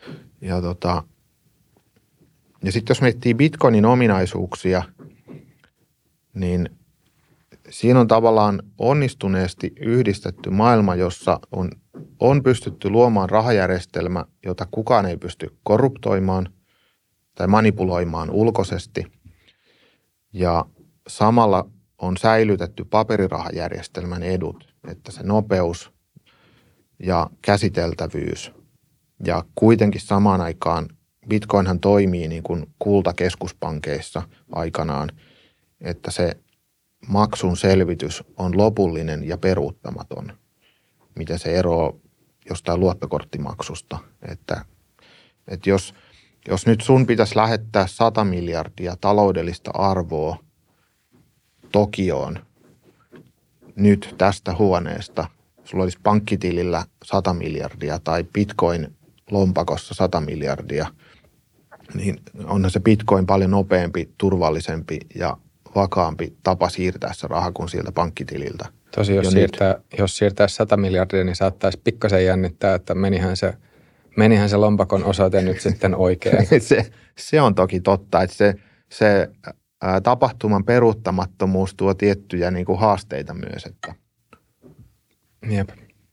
sitten jos miettii Bitcoinin ominaisuuksia, niin siinä on tavallaan onnistuneesti yhdistetty maailma, jossa on pystytty luomaan rahajärjestelmä, jota kukaan ei pysty korruptoimaan tai manipuloimaan ulkoisesti. Ja samalla on säilytetty paperirahajärjestelmän edut, että se nopeus ja käsiteltävyys. Ja kuitenkin samaan aikaan Bitcoinhan toimii niin kuin kultakeskuspankeissa aikanaan, että se maksun selvitys on lopullinen ja peruuttamaton, miten se eroaa jostain luottokorttimaksusta. Että jos nyt sun pitäisi lähettää 100 miljardia taloudellista arvoa Tokioon, nyt tästä huoneesta, sulla olisi pankkitilillä 100 miljardia tai bitcoin lompakossa 100 miljardia, niin onhan se bitcoin paljon nopeampi, turvallisempi ja vakaampi tapa siirtää se raha kuin sieltä pankkitililtä. Tosi, jos siirtää 100 miljardia, niin saattaisi pikkasen jännittää, että menihän se lompakon osoite nyt sitten oikein. se on toki totta, että se tapahtuman peruuttamattomuus tuo tiettyjä niin kuin haasteita myös. Että. Jep.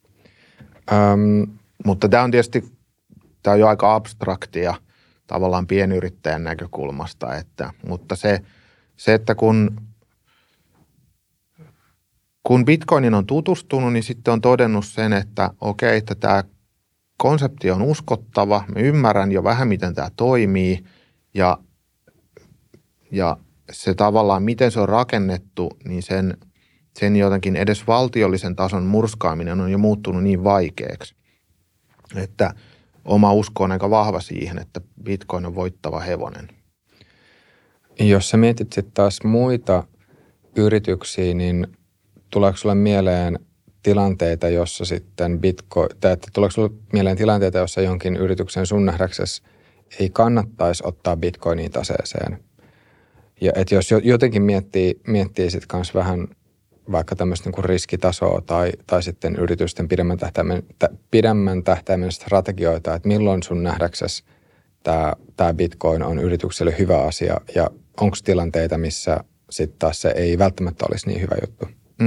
Mutta tämä on jo aika abstraktia tavallaan pienyrittäjän näkökulmasta, mutta se, että kun Bitcoinin on tutustunut, niin sitten on todennut sen, että okei, että tämä konsepti on uskottava, mä ymmärrän jo vähän, miten tämä toimii ja se tavallaan, miten se on rakennettu, niin sen jotenkin edes valtiollisen tason murskaaminen on jo muuttunut niin vaikeaksi, että oma usko on aika vahva siihen, että Bitcoin on voittava hevonen. Jos sä mietit sitten taas muita yrityksiä, niin tuleeko sulle mieleen tilanteita, jossa sitten tuleeko sulle mieleen tilanteita, jossa jonkin yrityksen sun nähdäksesi ei kannattaisi ottaa Bitcoinia taseeseen? Ja että jos jotenkin miettii sitten kanssa vähän vaikka tämmöistä niin kuin riskitasoa tai sitten yritysten pidemmän tähtäimen strategioita, että milloin sun nähdäksesi tämä Bitcoin on yritykselle hyvä asia ja onko tilanteita, missä sitten taas se ei välttämättä olisi niin hyvä juttu?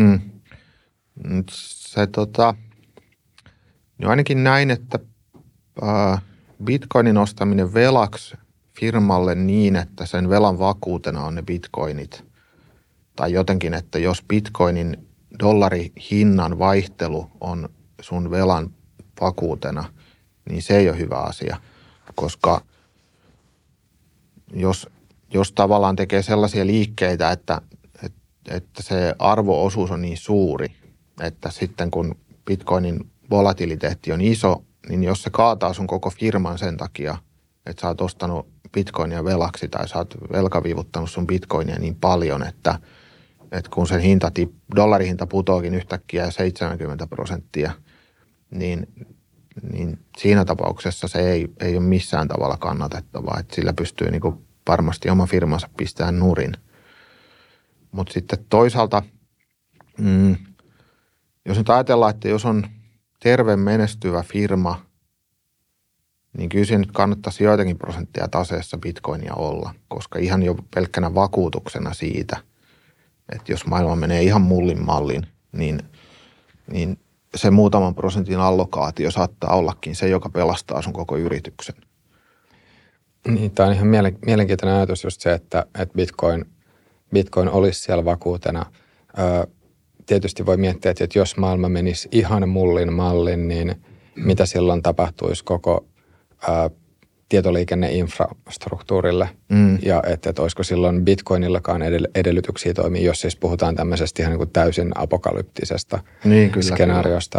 Niin ainakin näin, että Bitcoinin ostaminen velaksi firmalle niin, että sen velan vakuutena on ne bitcoinit. Tai jotenkin, että jos bitcoinin dollarihinnan vaihtelu on sun velan vakuutena, niin se ei ole hyvä asia. Koska jos tavallaan tekee sellaisia liikkeitä, että se arvoosuus on niin suuri, että sitten kun bitcoinin volatiliteetti on iso, niin jos se kaataa sun koko firman sen takia, että sä oot ostanut bitcoinia velaksi tai sä oot velkaviivuttanut sun bitcoinia niin paljon, että kun sen dollarihinta putoakin yhtäkkiä 70%, niin siinä tapauksessa se ei ole missään tavalla kannatettavaa, että sillä pystyy niin kuin varmasti oma firmansa pistämään nurin. Mutta sitten toisaalta, jos nyt ajatellaan, että jos on terve menestyvä firma, niin kyllä siinä nyt kannattaisi joitakin prosenttia taseessa bitcoinia olla, koska ihan jo pelkkänä vakuutuksena siitä, että jos maailma menee ihan mullin mallin, niin se muutaman prosentin allokaatio saattaa ollakin se, joka pelastaa sun koko yrityksen. Niin, tämä on ihan mielenkiintoinen ajatus just se, että Bitcoin olisi siellä vakuutena. Tietysti voi miettiä, että jos maailma menisi ihan mullin mallin, niin mitä silloin tapahtuisi koko tietoliikenneinfrastruktuurille ja että olisiko silloin Bitcoinillakaan edellytyksiä toimia, jos siis puhutaan tämmöisestä ihan niin kuin täysin apokalyptisesta skenaariosta.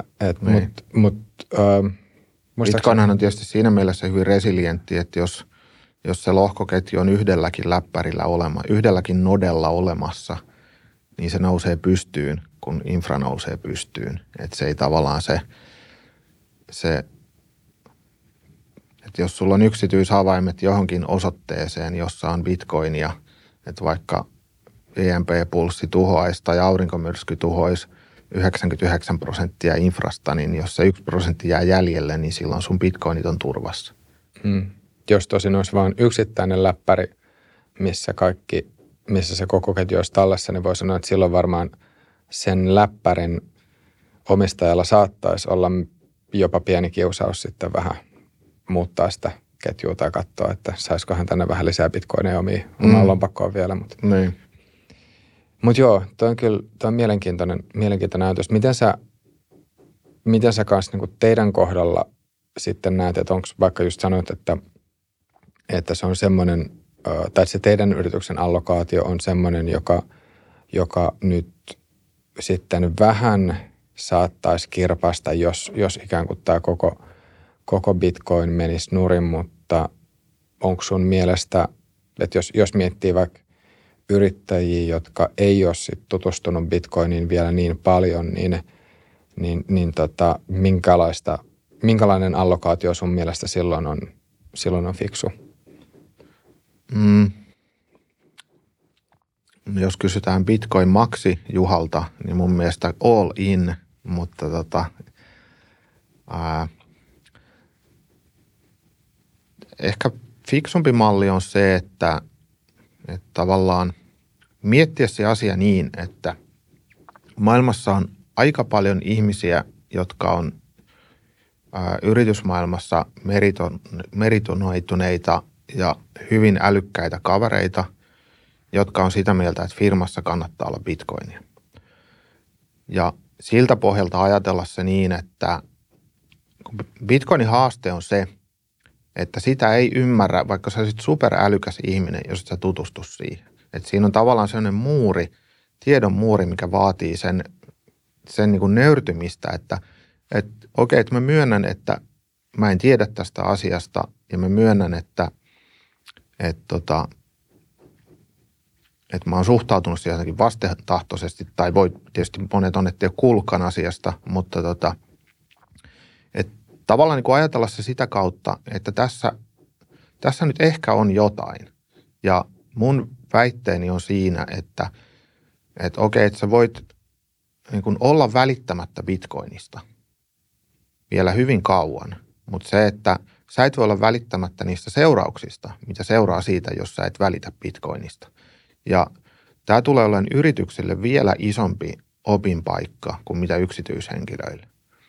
Bitcoinhan on tietysti siinä mielessä hyvin resilientti, että jos se lohkoketju on yhdelläkin nodella olemassa, niin se nousee pystyyn, kun infra nousee pystyyn. Että se ei tavallaan että jos sulla on yksityisavaimet johonkin osoitteeseen, jossa on bitcoinia, että vaikka EMP-pulssi tuhoaisi tai aurinkomyrsky tuhoaisi 99% infrasta, niin jos se 1% jää jäljelle, niin silloin sun bitcoinit on turvassa. Jos tosin olisi vain yksittäinen läppäri, missä se koko ketju olisi tallessa, niin voi sanoa, että silloin varmaan sen läppärin omistajalla saattaisi olla jopa pieni kiusaus sitten vähän muuttaa sitä ketjua tai katsoa, että saisikohan tänne vähän lisää bitcoineja omaan lompakkoon vielä. Mutta joo, toi on mielenkiintoinen ajatus. Miten sä kanssa niin teidän kohdalla sitten näet, että onko vaikka just sanoit, että se on semmoinen, tai se teidän yrityksen allokaatio on semmoinen, joka nyt sitten vähän saattaisi kirpasta, jos ikään kuin tämä koko Bitcoin menisi nurin, mutta onko sun mielestä, että jos miettii vaikka yrittäjiä, jotka ei ole sit tutustunut Bitcoiniin vielä niin paljon, minkälainen allokaatio sun mielestä silloin on fiksu? Jos kysytään Bitcoin Maxi Juhalta, niin mun mielestä all in, mutta ehkä fiksumpi malli on se, että tavallaan miettiä se asia niin, että maailmassa on aika paljon ihmisiä, jotka on yritysmaailmassa meritonoituneita ja hyvin älykkäitä kavereita, jotka on sitä mieltä, että firmassa kannattaa olla bitcoinia. Ja siltä pohjalta ajatella se niin, että bitcoinin haaste on se, että sitä ei ymmärrä, vaikka sä olisit superälykäs ihminen, jos et sä tutustu siihen. Että siinä on tavallaan sellainen muuri, tiedon muuri, mikä vaatii sen niin kuin nöyrtymistä, että okei, että mä myönnän, että mä en tiedä tästä asiasta ja mä myönnän, että mä oon suhtautunut siihen jotenkin vastentahtoisesti, tai voi tietysti monet on, ettei ole kuullutkaan asiasta, mutta että tavallaan niin kuin ajatella se sitä kautta, että tässä nyt ehkä on jotain. Ja mun väitteeni on siinä, että okei, että sä voit niin kuin olla välittämättä bitcoinista vielä hyvin kauan, mutta se, että sä et voi olla välittämättä niistä seurauksista, mitä seuraa siitä, jos sä et välitä bitcoinista. Ja tämä tulee olemaan yrityksille vielä isompi opinpaikka kuin mitä yksityishenkilöille.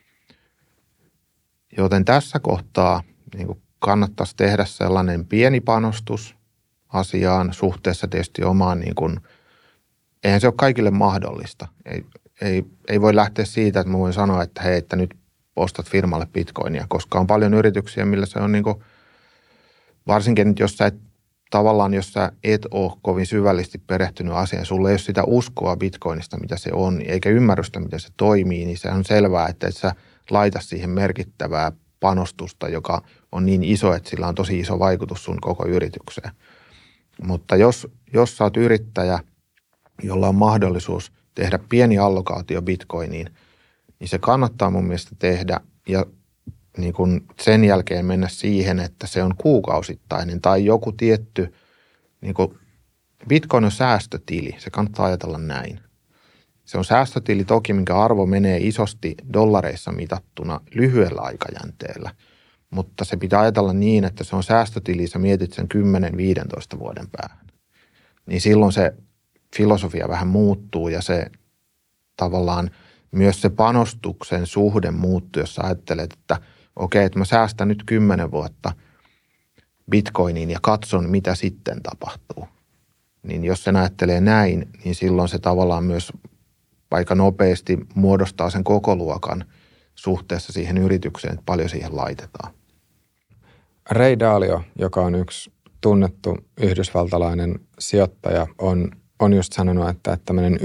Joten tässä kohtaa niin kuin kannattaisi tehdä sellainen pieni panostus asiaan suhteessa tietysti omaan, niin kuin, eihän se ole kaikille mahdollista. Ei voi lähteä siitä, että mä voin sanoa, että hei, että nyt ostat firmalle bitcoinia, koska on paljon yrityksiä, millä se on niin kuin, varsinkin jos sä et ole kovin syvällisesti perehtynyt asiaan, sulla ei ole sitä uskoa bitcoinista, mitä se on, eikä ymmärrystä, miten se toimii, niin se on selvää, että et sä laita siihen merkittävää panostusta, joka on niin iso, että sillä on tosi iso vaikutus sun koko yritykseen. Mutta jos sä oot yrittäjä, jolla on mahdollisuus tehdä pieni allokaatio bitcoiniin, niin se kannattaa mun mielestä tehdä ja niin kun sen jälkeen mennä siihen, että se on kuukausittainen tai joku tietty, niin kun Bitcoin on säästötili, se kannattaa ajatella näin. Se on säästötili toki, minkä arvo menee isosti dollareissa mitattuna lyhyellä aikajänteellä, mutta se pitää ajatella niin, että se on säästötili, sä mietit sen 10-15 vuoden päähän. Niin silloin se filosofia vähän muuttuu ja se tavallaan myös se panostuksen suhde muuttuu, jos sä ajattelet, että okei, että mä säästän nyt 10 vuotta bitcoiniin ja katson, mitä sitten tapahtuu. Niin jos sen ajattelee näin, niin silloin se tavallaan myös aika nopeasti muodostaa sen kokoluokan suhteessa siihen yritykseen, että paljon siihen laitetaan. Ray Dalio, joka on yksi tunnettu yhdysvaltalainen sijoittaja, on just sanonut, että tämmöinen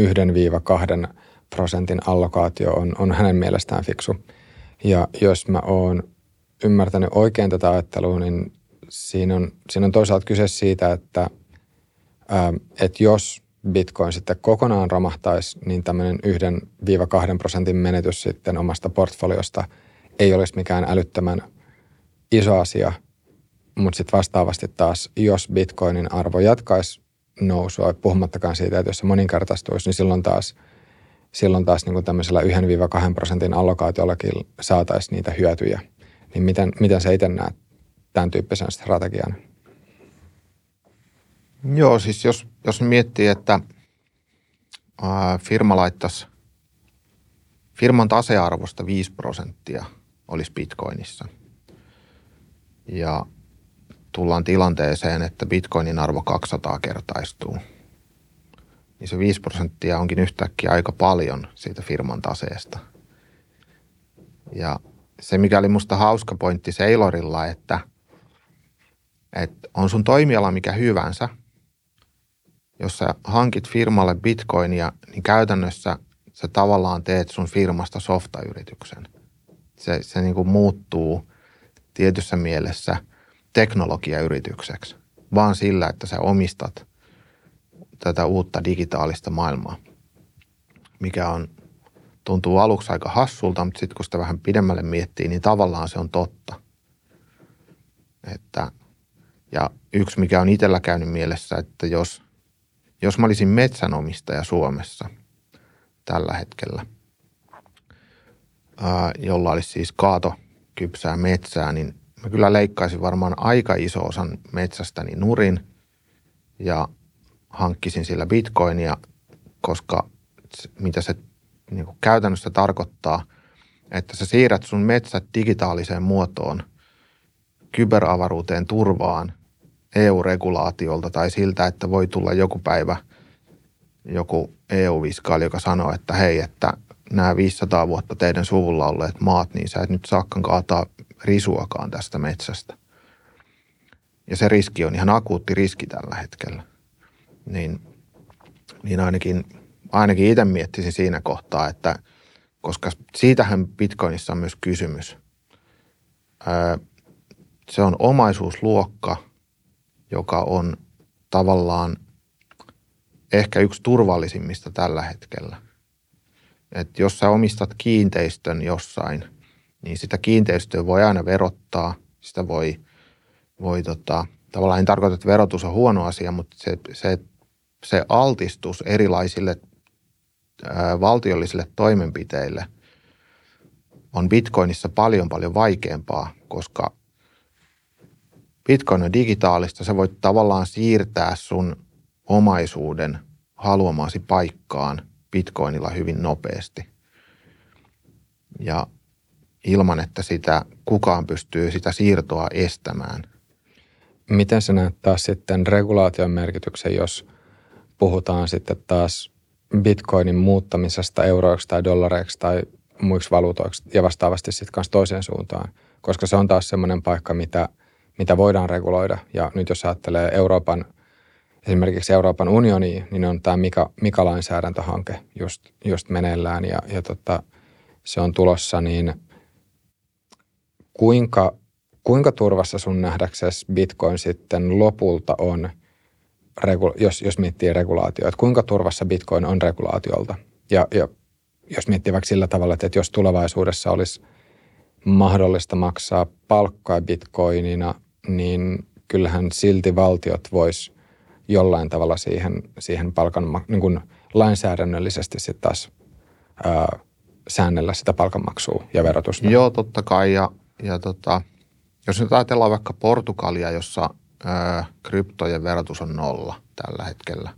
1-2% allokaatio on hänen mielestään fiksu. Ja jos mä oon ymmärtänyt oikein tätä ajattelua, niin siinä on toisaalta kyse siitä, että jos Bitcoin sitten kokonaan romahtaisi, niin tämmöinen 1-2% menetys sitten omasta portfoliosta ei olisi mikään älyttömän iso asia, mutta sitten vastaavasti taas, jos Bitcoinin arvo jatkaisi nousua, puhumattakaan siitä, että jos se moninkertaistuisi, niin silloin taas niin kuin tämmöisellä 1-2% allokaatiollakin saataisiin niitä hyötyjä. Niin miten sä itse näet tämän tyyppisen strategian? Joo, siis jos miettii, että firma laittaisi firman tasearvosta 5% olisi bitcoinissa ja tullaan tilanteeseen, että bitcoinin arvo 200-kertaistuu, niin se 5% onkin yhtäkkiä aika paljon siitä firman taseesta. Ja se, mikä oli musta hauska pointti Saylorilla, että on sun toimiala mikä hyvänsä, jos sä hankit firmalle bitcoinia, niin käytännössä sä tavallaan teet sun firmasta softayrityksen. Se niin kuin muuttuu tietyssä mielessä teknologiayritykseksi, vaan sillä, että sä omistat tätä uutta digitaalista maailmaa, mikä tuntuu aluksi aika hassulta, mutta sitten kun sitä vähän pidemmälle miettii, niin tavallaan se on totta. Ja yksi, mikä on itsellä käynyt mielessä, että jos mä olisin metsänomistaja Suomessa tällä hetkellä, jolla olisi siis kaatokypsää metsää, niin mä kyllä leikkaisin varmaan aika iso osan metsästäni nurin ja hankkisin sillä bitcoinia, koska mitä se niin kuin käytännössä tarkoittaa, että sä siirrät sun metsät digitaaliseen muotoon, kyberavaruuteen turvaan, EU-regulaatiolta tai siltä, että voi tulla joku päivä joku EU-viskaali, joka sanoo, että hei, että nämä 500 vuotta teidän suvulla olleet maat, niin sä et nyt saakaan kaataa risuakaan tästä metsästä. Ja se riski on ihan akuutti riski tällä hetkellä. Niin ainakin itse miettisin siinä kohtaa, että koska siitähän Bitcoinissa on myös kysymys. Se on omaisuusluokka, joka on tavallaan ehkä yksi turvallisimmista tällä hetkellä. Että jos sä omistat kiinteistön jossain, niin sitä kiinteistöä voi aina verottaa. Sitä voi tavallaan en tarkoita, että verotus on huono asia, mutta se altistus erilaisille valtiollisille toimenpiteille on Bitcoinissa paljon vaikeampaa, koska Bitcoin on digitaalista. Sä voit tavallaan siirtää sun omaisuuden haluamaasi paikkaan Bitcoinilla hyvin nopeasti. Ja ilman, että kukaan pystyy sitä siirtoa estämään. Miten sä näet taas sitten regulaation merkityksen, jos puhutaan sitten taas Bitcoinin muuttamisesta euroiksi tai dollareiksi tai muiksi valuutoiksi ja vastaavasti sitten kanssa toiseen suuntaan, koska se on taas semmoinen paikka, mitä voidaan reguloida. Ja nyt jos ajattelee esimerkiksi Euroopan unionia, niin on tämä Mika-lainsäädäntöhanke just meneillään ja se on tulossa, niin kuinka turvassa sun nähdäksesi Bitcoin sitten lopulta on, jos miettii regulaatio, että kuinka turvassa Bitcoin on regulaatiolta? Ja jos miettii vaikka sillä tavalla, että jos tulevaisuudessa olisi mahdollista maksaa palkkaa Bitcoinina, niin kyllähän silti valtiot vois jollain tavalla siihen palkan, niin kuin lainsäädännöllisesti sitten taas säännellä sitä palkanmaksua ja verotusta. Joo, totta kai. Ja jos nyt ajatellaan vaikka Portugalia, jossa kryptojen verotus on 0 tällä hetkellä,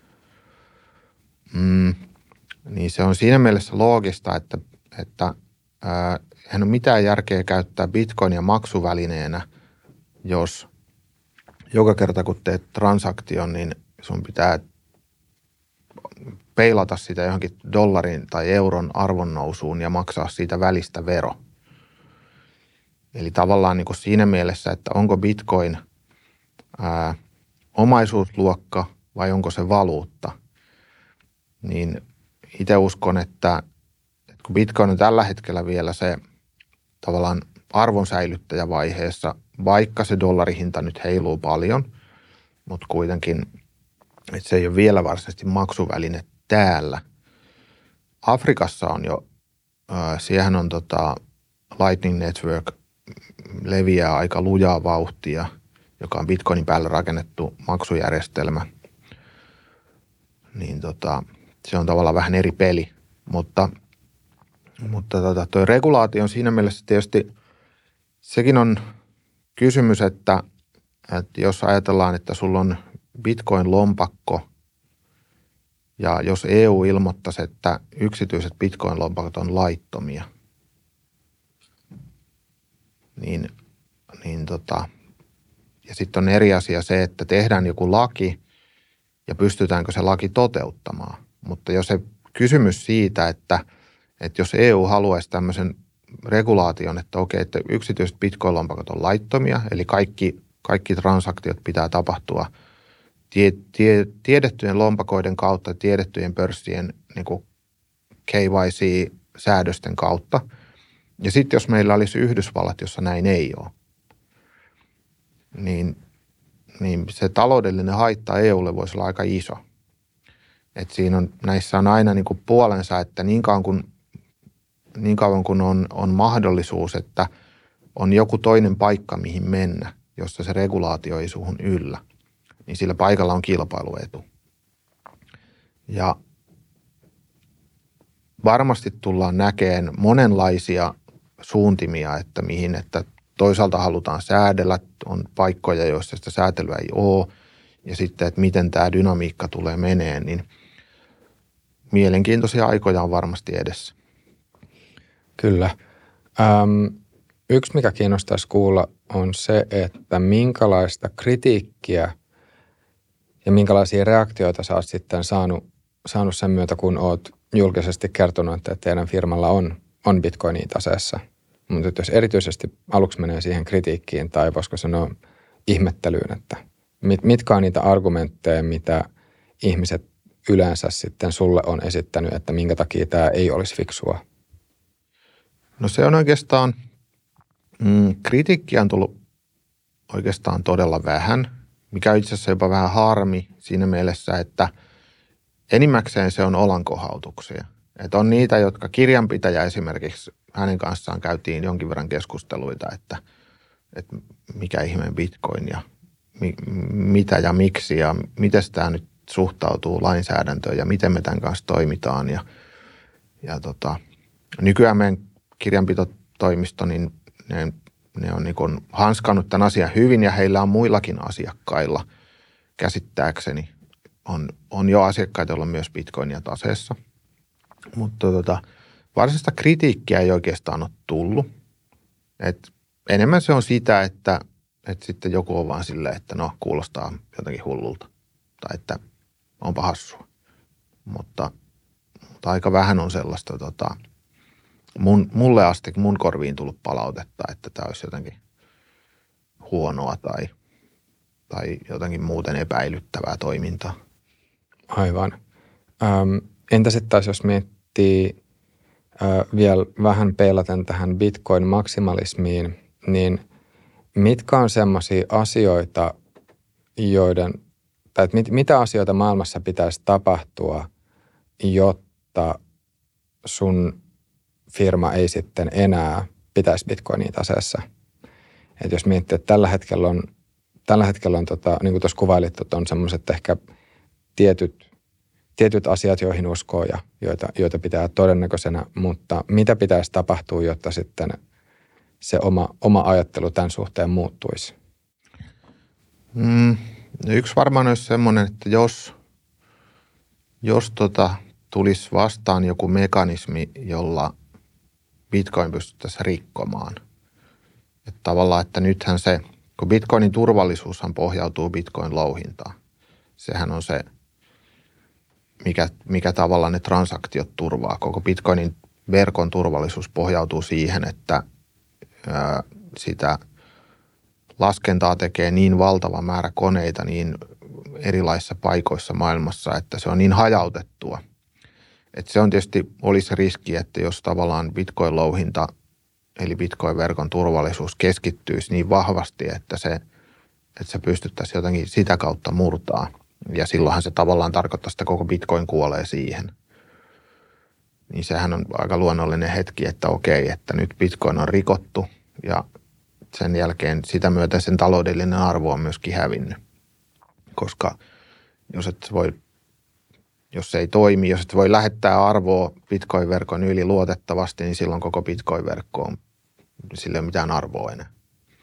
niin se on siinä mielessä loogista, että eihän ole mitään järkeä käyttää Bitcoinia maksuvälineenä, jos joka kerta kun teet transaktion, niin sun pitää peilata sitä johonkin dollarin tai euron arvonnousuun ja maksaa siitä välistä vero. Eli tavallaan niin kuin siinä mielessä, että onko Bitcoin omaisuusluokka vai onko se valuutta, niin itse uskon, että kun Bitcoin on tällä hetkellä vielä se tavallaan arvonsäilyttäjävaiheessa, vaikka se dollarihinta nyt heiluu paljon, mutta kuitenkin, että se ei ole vielä varsinaisesti maksuväline täällä. Afrikassa on jo, siihen on Lightning Network leviää aika lujaa vauhtia, joka on Bitcoinin päälle rakennettu maksujärjestelmä. Niin se on tavallaan vähän eri peli, mutta tuo regulaatio on siinä mielessä tietysti, sekin on kysymys, että jos ajatellaan, että sulla on Bitcoin-lompakko ja jos EU ilmoittaisi, että yksityiset Bitcoin-lompakot on laittomia, niin ja sitten on eri asia se, että tehdään joku laki ja pystytäänkö se laki toteuttamaan. Mutta jos se kysymys siitä, että jos EU haluaisi tämmöisen regulaation, että okei, että yksityiset Bitcoin-lompakot on laittomia, eli kaikki transaktiot pitää tapahtua tiedettyjen lompakoiden kautta, tiedettyjen pörssien niin kuin KYC-säädösten kautta. Ja sitten jos meillä olisi Yhdysvallat, jossa näin ei ole, niin se taloudellinen haitta EUlle voisi olla aika iso. Että näissä on aina niin kuin puolensa, että niin kauan kun on mahdollisuus, että on joku toinen paikka, mihin mennä, jossa se regulaatio ei suhun yllä, niin sillä paikalla on kilpailuetu. Ja varmasti tullaan näkemään monenlaisia suuntimia, että mihin, että toisaalta halutaan säädellä, on paikkoja, joissa sitä säätelyä ei ole, ja sitten, että miten tämä dynamiikka tulee meneen, niin mielenkiintoisia aikoja on varmasti edessä. Kyllä. Yksi, mikä kiinnostaisi kuulla, on se, että minkälaista kritiikkiä ja minkälaisia reaktioita sä oot sitten saanut sen myötä, kun oot julkisesti kertonut, että teidän firmalla on bitcoinia taseessa. Mutta jos erityisesti aluksi menee siihen kritiikkiin tai voisiko sanoa ihmettelyyn, että mitkä on niitä argumentteja, mitä ihmiset yleensä sitten sulle on esittänyt, että minkä takia tämä ei olisi fiksua? No se on oikeastaan, kritiikkiä on tullut oikeastaan todella vähän, mikä on itse asiassa jopa vähän harmi siinä mielessä, että enimmäkseen se on olankohautuksia. Että on niitä, jotka kirjanpitäjä esimerkiksi, hänen kanssaan käytiin jonkin verran keskusteluita, että mikä ihmeen bitcoin ja mitä ja miksi ja miten tämä nyt suhtautuu lainsäädäntöön ja miten me tämän kanssa toimitaan. Ja nykyään meidän kirjanpitotoimisto, niin ne on niin kuin hanskannut tämän asian hyvin ja heillä on muillakin asiakkailla käsittääkseni. On jo asiakkaita, joilla on myös bitcoinia taseessa. Mutta varsinaista kritiikkiä ei oikeastaan ole tullut. Enemmän se on sitä, että sitten joku on vaan silleen, että no kuulostaa jotenkin hullulta tai että onpa hassua. Mutta aika vähän on sellaista mulle asti mun korviin tullut palautetta, että tämä olisi jotenkin huonoa tai jotenkin muuten epäilyttävää toimintaa. Aivan. Entä sitten taas, jos miettii vielä vähän peilaten tähän bitcoin-maksimalismiin, niin mitkä on semmoisia asioita, mitä asioita maailmassa pitäisi tapahtua, jotta sun firma ei sitten enää pitäisi bitcoinia taseessa? Et jos miettii, että tällä hetkellä on niin kuin tuossa kuvailit, että on semmoiset ehkä tietyt asiat, joihin uskoo ja joita pitää todennäköisenä, mutta mitä pitäisi tapahtua, jotta sitten se oma ajattelu tämän suhteen muuttuisi? Yksi varmaan olisi semmoinen, että jos tulisi vastaan joku mekanismi, jolla bitcoin pystyttäisiin rikkomaan. Että tavallaan, että nythän kun bitcoinin turvallisuushan pohjautuu bitcoin-louhintaan. Sehän on se, mikä tavallaan ne transaktiot turvaa. Koko bitcoinin verkon turvallisuus pohjautuu siihen, että sitä laskentaa tekee niin valtava määrä koneita niin erilaisissa paikoissa maailmassa, että se on niin hajautettua. Että se on tietysti olisi riski, että jos tavallaan bitcoin-louhinta eli bitcoin-verkon turvallisuus keskittyisi niin vahvasti, että se pystyttäisiin jotenkin sitä kautta murtaa. Ja silloinhan se tavallaan tarkoittaa, että koko bitcoin kuolee siihen. Niin sehän on aika luonnollinen hetki, että okei, että nyt bitcoin on rikottu ja sen jälkeen sitä myötä sen taloudellinen arvo on myöskin hävinnyt. Koska jos se ei toimi, jos et voi lähettää arvoa bitcoin-verkon yli luotettavasti, niin silloin koko bitcoin-verkko on, sillä ei ole mitään arvoa enää.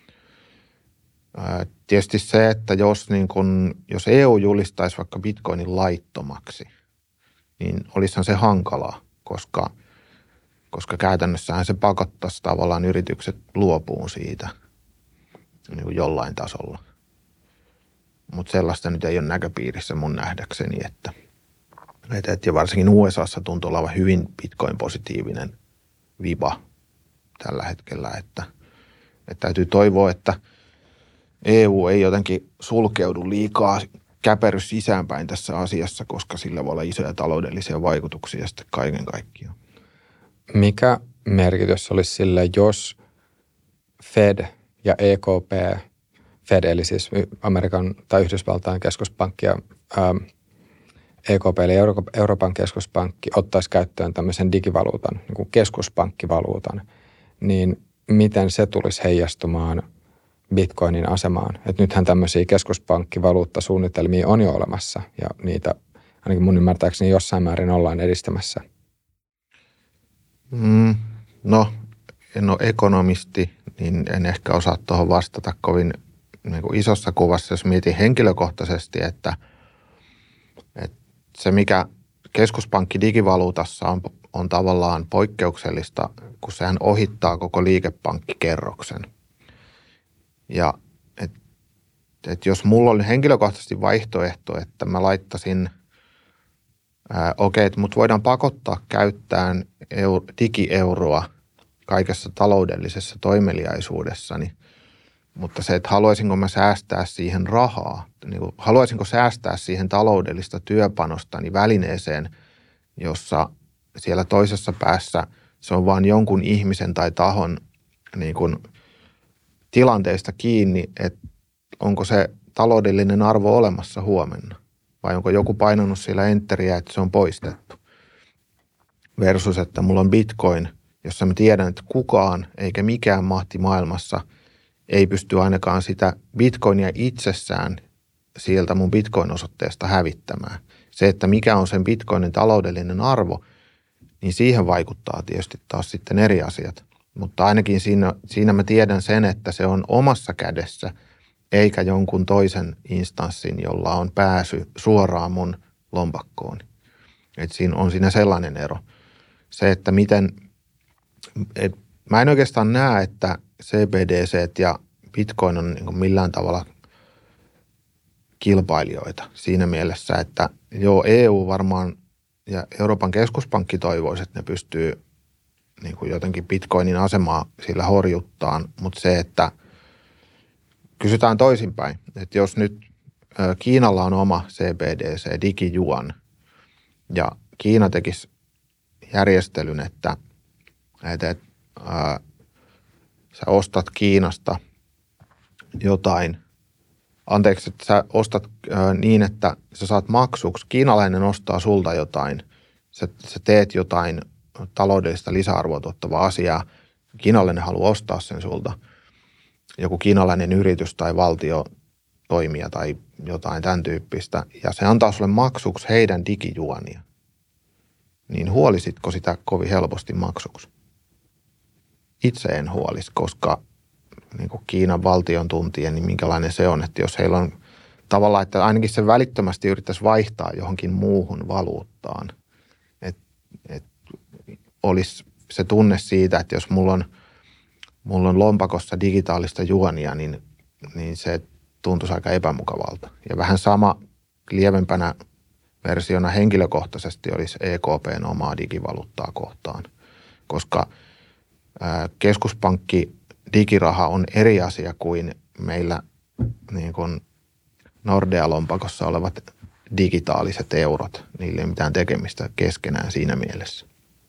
Tietysti se, että jos EU julistaisi vaikka bitcoinin laittomaksi, niin olisihan se hankalaa, koska käytännössähän se pakottaisi tavallaan yritykset luopuun siitä niin kuin jollain tasolla. Mutta sellaista nyt ei ole näköpiirissä mun nähdäkseni, ja varsinkin USAssa tuntuu olevan hyvin bitcoin-positiivinen viba tällä hetkellä, että täytyy toivoa, että EU ei jotenkin sulkeudu liikaa käperry sisäänpäin tässä asiassa, koska sillä voi olla isoja taloudellisia vaikutuksia sitten kaiken kaikkiaan. Mikä merkitys olisi sille, jos Fed ja EKP, Fed eli siis Amerikan tai Yhdysvaltain keskuspankki ja EKP eli Euroopan keskuspankki ottaisi käyttöön tämmöisen digivaluutan, niin kuin keskuspankkivaluutan, niin miten se tulisi heijastumaan Bitcoinin asemaan? Et nythän tämmöisiä keskuspankkivaluuttasuunnitelmia on jo olemassa ja niitä ainakin mun ymmärtääkseni jossain määrin ollaan edistämässä. No, en ole ekonomisti, niin en ehkä osaa tuohon vastata kovin niin kuin isossa kuvassa, jos mietin henkilökohtaisesti, että se mikä keskuspankki digivaluutassa on tavallaan poikkeuksellista, kun sehän ohittaa koko liikepankkikerroksen. Ja että jos mulla oli henkilökohtaisesti vaihtoehto, että mä laittaisin, että mut voidaan pakottaa käyttämään digieuroa kaikessa taloudellisessa toimeliaisuudessani, mutta se, että haluaisinko mä säästää siihen rahaa, niin haluaisinko säästää siihen taloudellista työpanostani välineeseen, jossa siellä toisessa päässä se on vain jonkun ihmisen tai tahon niin kuin tilanteesta kiinni, että onko se taloudellinen arvo olemassa huomenna vai onko joku painanut siellä enteriä, että se on poistettu. Versus, että mulla on Bitcoin, jossa mä tiedän, että kukaan eikä mikään mahti maailmassa ei pysty ainakaan sitä Bitcoinia itsessään sieltä mun Bitcoin-osoitteesta hävittämään. Se, että mikä on sen Bitcoinin taloudellinen arvo, niin siihen vaikuttaa tietysti taas sitten eri asiat. Mutta ainakin siinä mä tiedän sen, että se on omassa kädessä, eikä jonkun toisen instanssin, jolla on pääsy suoraan mun lompakkoon. Että siinä sellainen ero. Se, että mä en oikeastaan näe, että CBDC ja Bitcoin on niin kuin millään tavalla kilpailijoita siinä mielessä, että EU varmaan ja Euroopan keskuspankki toivoisi, että ne pystyy niin kuin jotenkin Bitcoinin asemaa sillä horjuttaan, mutta se, että kysytään toisinpäin, että jos nyt Kiinalla on oma CBDC, digijuan, ja Kiina tekisi järjestelyn, että sä ostat Kiinasta jotain, että sä ostat niin, että sä saat maksuksi, kiinalainen ostaa sulta jotain, sä teet jotain taloudellista lisäarvoa tuottavaa asiaa, kiinalainen haluaa ostaa sen sulta, joku kiinalainen yritys tai valtio toimija tai jotain tämän tyyppistä, ja se antaa sulle maksuksi heidän digijuonia, niin huolisitko sitä kovin helposti maksuksi? Itse en huolisi, koska niin kuin Kiinan valtion tuntien, niin minkälainen se on, että jos heillä on tavallaan, että ainakin se välittömästi yrittäisi vaihtaa johonkin muuhun valuuttaan, että olisi se tunne siitä, että jos mulla on lompakossa digitaalista juonia, niin se tuntuisi aika epämukavalta. Ja vähän sama lievempänä versiona henkilökohtaisesti olisi EKPn omaa digivaluuttaa kohtaan, koska keskuspankki digiraha on eri asia kuin meillä niin kuin Nordea-lompakossa olevat digitaaliset eurot. Niillä ei ole mitään tekemistä keskenään siinä mielessä.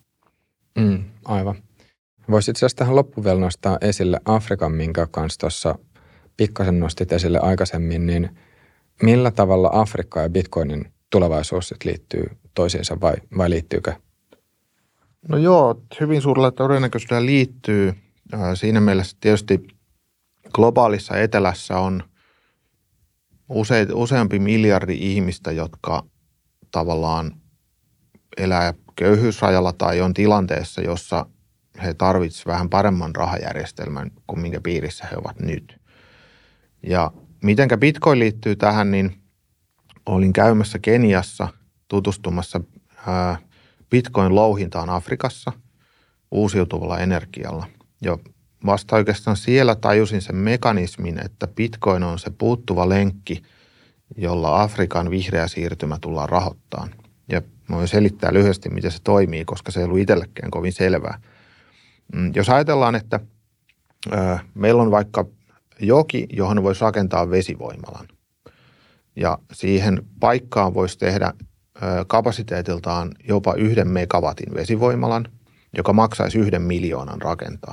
Aivan. Voisit itse asiassa tähän loppuun vielä nostaa esille Afrikan, minkä kanssa tuossa pikkasen nostit esille aikaisemmin, niin millä tavalla Afrikka ja Bitcoinin tulevaisuus sitten liittyy toisiinsa vai liittyykö? No joo, hyvin suurella todennäköisyydellä liittyy. Siinä mielessä tietysti globaalissa etelässä on useampi miljardi ihmistä, jotka tavallaan elää köyhyysrajalla tai on tilanteessa, jossa he tarvitsevat vähän paremman rahajärjestelmän kuin minkä piirissä he ovat nyt. Ja mitenkä Bitcoin liittyy tähän, niin olin käymässä Keniassa tutustumassa Bitcoin-louhintaan Afrikassa uusiutuvalla energialla. Ja vasta oikeastaan siellä tajusin sen mekanismin, että Bitcoin on se puuttuva lenkki, jolla Afrikan vihreä siirtymä tullaan rahoittamaan. Ja mä voin selittää lyhyesti, miten se toimii, koska se ei ollut itsellekään kovin selvää. Jos ajatellaan, että meillä on vaikka joki, johon voisi rakentaa vesivoimalan. Ja siihen paikkaan voisi tehdä kapasiteetiltaan jopa 1 megawatin vesivoimalan, joka maksaisi 1 miljoonan rakentaa.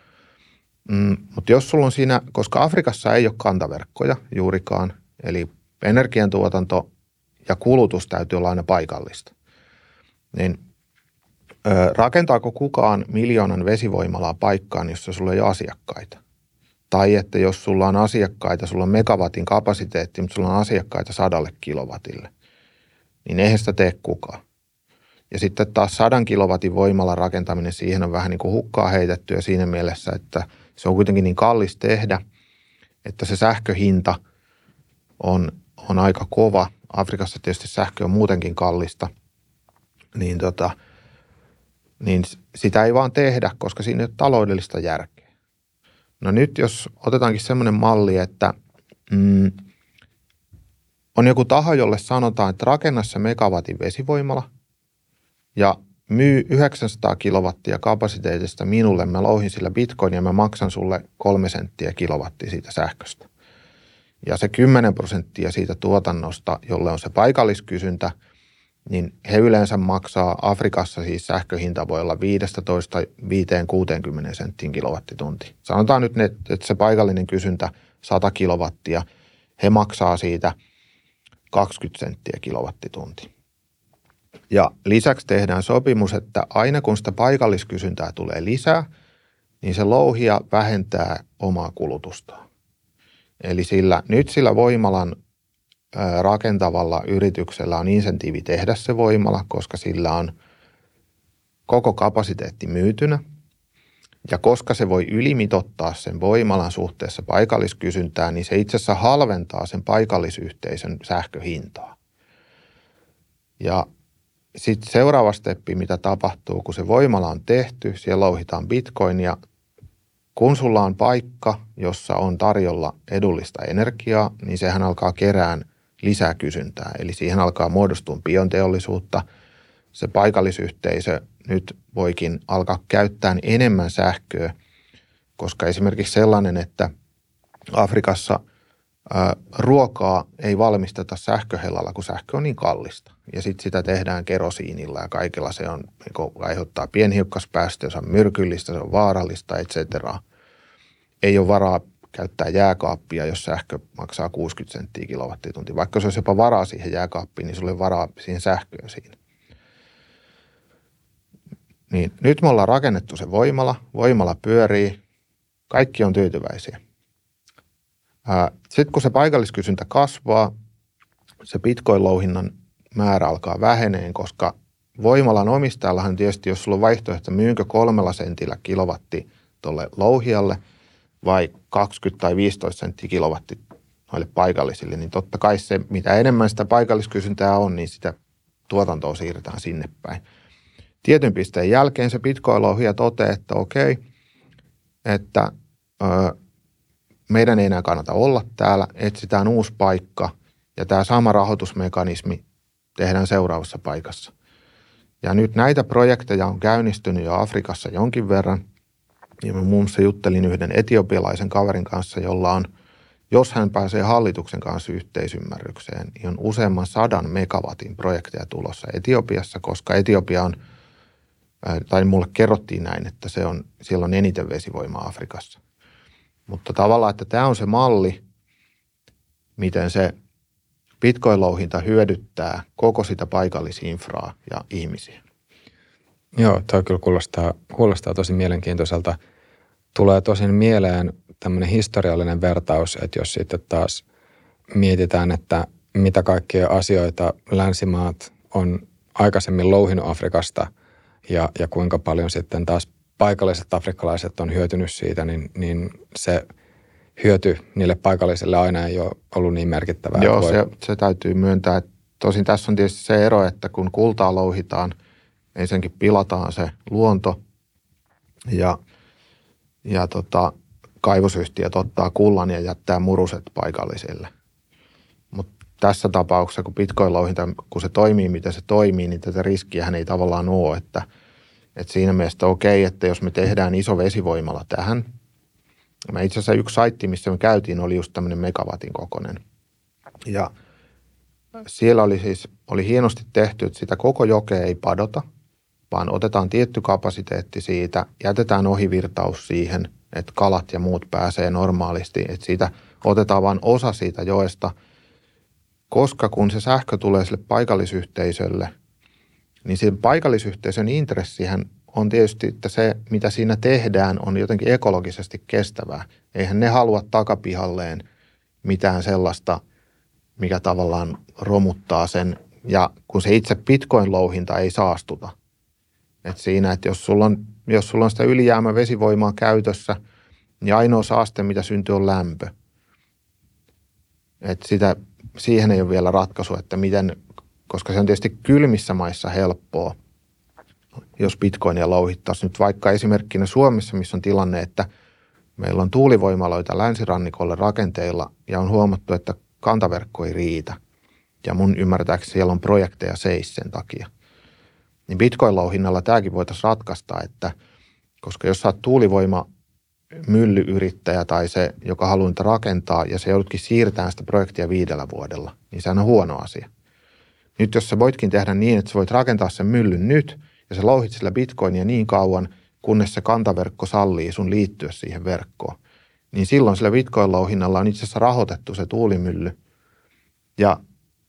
Mutta jos sulla on siinä, koska Afrikassa ei ole kantaverkkoja juurikaan, eli energiantuotanto ja kulutus täytyy olla aina paikallista. Niin rakentaako kukaan 1 000 000 vesivoimalaa paikkaan, jossa sulla ei ole asiakkaita? Tai että jos sulla on asiakkaita, sulla on megawatin kapasiteetti, mutta sulla on asiakkaita 100 kilowatille, niin eihän sitä tee kukaan. Ja sitten taas 100 kilowatin voimalan rakentaminen, siihen on vähän niin kuin hukkaa heitettyä siinä mielessä, että se on kuitenkin niin kallis tehdä, että se sähköhinta on aika kova. Afrikassa tietysti sähkö on muutenkin kallista, niin sitä ei vaan tehdä, koska siinä ei ole taloudellista järkeä. No nyt jos otetaankin semmoinen malli, että on joku taho, jolle sanotaan, että rakenna se megawatin vesivoimala ja myy 900 kilowattia kapasiteetista minulle, mä louhin sillä bitcoin ja mä maksan sulle 3 senttiä kilowattia siitä sähköstä. Ja se 10% siitä tuotannosta, jolle on se paikalliskysyntä, niin he yleensä maksaa Afrikassa siis sähköhinta voi olla 15-60 senttiin kilowattitunti. Sanotaan nyt, että se paikallinen kysyntä 100 kilowattia, he maksaa siitä 20 senttiä kilowattitunti. Ja lisäksi tehdään sopimus, että aina kun sitä paikalliskysyntää tulee lisää, niin se louhija vähentää omaa kulutustaan. Eli sillä voimalan rakentavalla yrityksellä on insentiivi tehdä se voimala, koska sillä on koko kapasiteetti myytynä. Ja koska se voi ylimitottaa sen voimalan suhteessa paikalliskysyntään, niin se itse asiassa halventaa sen paikallisyhteisön sähköhintaa. Ja sitten seuraava steppi, mitä tapahtuu, kun se voimala on tehty, siellä louhitaan bitcoinia. Kun sulla on paikka, jossa on tarjolla edullista energiaa, niin sehän alkaa kerään lisää kysyntää. Eli siihen alkaa muodostua bionteollisuutta. Se paikallisyhteisö nyt voikin alkaa käyttää enemmän sähköä, koska esimerkiksi sellainen, että Afrikassa ruokaa ei valmisteta sähköhellalla, kun sähkö on niin kallista. Ja sitten sitä tehdään kerosiinilla ja kaikilla se on, aiheuttaa pienhiukkaspäästöjä, se on myrkyllistä, se on vaarallista, etc. Ei ole varaa käyttää jääkaappia, jos sähkö maksaa 60 senttiä kilowattitunti. Vaikka se olisi jopa varaa siihen jääkaappiin, niin sulla ei varaa siihen sähköön siinä. Niin nyt me ollaan rakennettu se voimala pyörii, kaikki on tyytyväisiä. Sitten kun se paikalliskysyntä kasvaa, se bitcoin-louhinnan määrä alkaa väheneen, koska voimalan omistajallahan tietysti, jos sulla on vaihtoehto, myynkö 3 sentillä kilowatti tuolle louhijalle vai 20 tai 15 senttiä kilowatti noille paikallisille, niin totta kai se, mitä enemmän sitä paikalliskysyntää on, niin sitä tuotantoa siirretään sinne päin. Tietyn pisteen jälkeen se bitcoin-louhija toteaa, että okei, että meidän ei enää kannata olla täällä, etsitään uusi paikka ja tämä sama rahoitusmekanismi tehdään seuraavassa paikassa. Ja nyt näitä projekteja on käynnistynyt jo Afrikassa jonkin verran. Ja mä muun muassa juttelin yhden etiopialaisen kaverin kanssa, jolla on, jos hän pääsee hallituksen kanssa yhteisymmärrykseen, niin on useamman 100 megawatin projekteja tulossa Etiopiassa, koska Etiopia on, tai mulle kerrottiin näin, että siellä on eniten vesivoimaa Afrikassa. Mutta tavallaan, että tämä on se malli, miten se bitcoin-louhinta hyödyttää koko sitä paikallisinfraa ja ihmisiä. Joo, toi kyllä kuulostaa tosi mielenkiintoiselta. Tulee tosin mieleen tämmöinen historiallinen vertaus, että jos sitten taas mietitään, että mitä kaikkia asioita länsimaat on aikaisemmin louhinut Afrikasta ja kuinka paljon sitten taas paikalliset afrikkalaiset on hyötynyt siitä, niin se hyöty niille paikallisille aina ei ole ollut niin merkittävää. Joo, se täytyy myöntää. Tosin tässä on tietysti se ero, että kun kultaa louhitaan, ensinnäkin pilataan se luonto ja kaivosyhtiöt ottaa kullan ja jättää muruset paikallisille. Mutta tässä tapauksessa, kun bitcoin-louhinta, kun se toimii, miten se toimii, niin tätä riskiähän ei tavallaan ole, että siinä mielessä okei, että jos me tehdään iso vesivoimala tähän, mä itse asiassa yksi saitti, missä me käytiin, oli just tämmöinen megawatin kokoinen. Ja siellä oli hienosti tehty, että sitä koko jokea ei padota, vaan otetaan tietty kapasiteetti siitä, jätetään ohivirtaus siihen, että kalat ja muut pääsee normaalisti, että siitä otetaan vain osa siitä joesta koska kun se sähkö tulee sille paikallisyhteisölle, niin sen paikallisyhteisön intressihän on tietysti, että se, mitä siinä tehdään, on jotenkin ekologisesti kestävää. Eihän ne halua takapihalleen mitään sellaista, mikä tavallaan romuttaa sen, ja kun se itse Bitcoin-louhinta ei saastuta. Että siinä, että jos sulla on sitä ylijäämä vesivoimaa käytössä, niin ainoa saaste, mitä syntyy, on lämpö. Että siihen ei ole vielä ratkaisu, että miten, koska se on tietysti kylmissä maissa helppoa, jos bitcoinia louhittaisiin. Nyt vaikka esimerkkinä Suomessa, missä on tilanne, että meillä on tuulivoimaloita länsirannikolle rakenteilla ja on huomattu, että kantaverkko ei riitä. Ja mun ymmärtääkseni siellä on projekteja seis sen takia. Niin bitcoin-louhinnalla tämäkin voitaisiin ratkaista, että koska jos sä oot tuulivoimamyllyyrittäjä tai se, joka haluaa niitä rakentaa ja se joudutkin siirtämään sitä projektia 5 vuodella, niin sehän on huono asia. Nyt jos sä voitkin tehdä niin, että sä voit rakentaa sen myllyn nyt ja sä louhit sillä bitcoinia niin kauan, kunnes se kantaverkko sallii sun liittyä siihen verkkoon, niin silloin sillä bitcoin-louhinnalla on itse asiassa rahoitettu se tuulimylly ja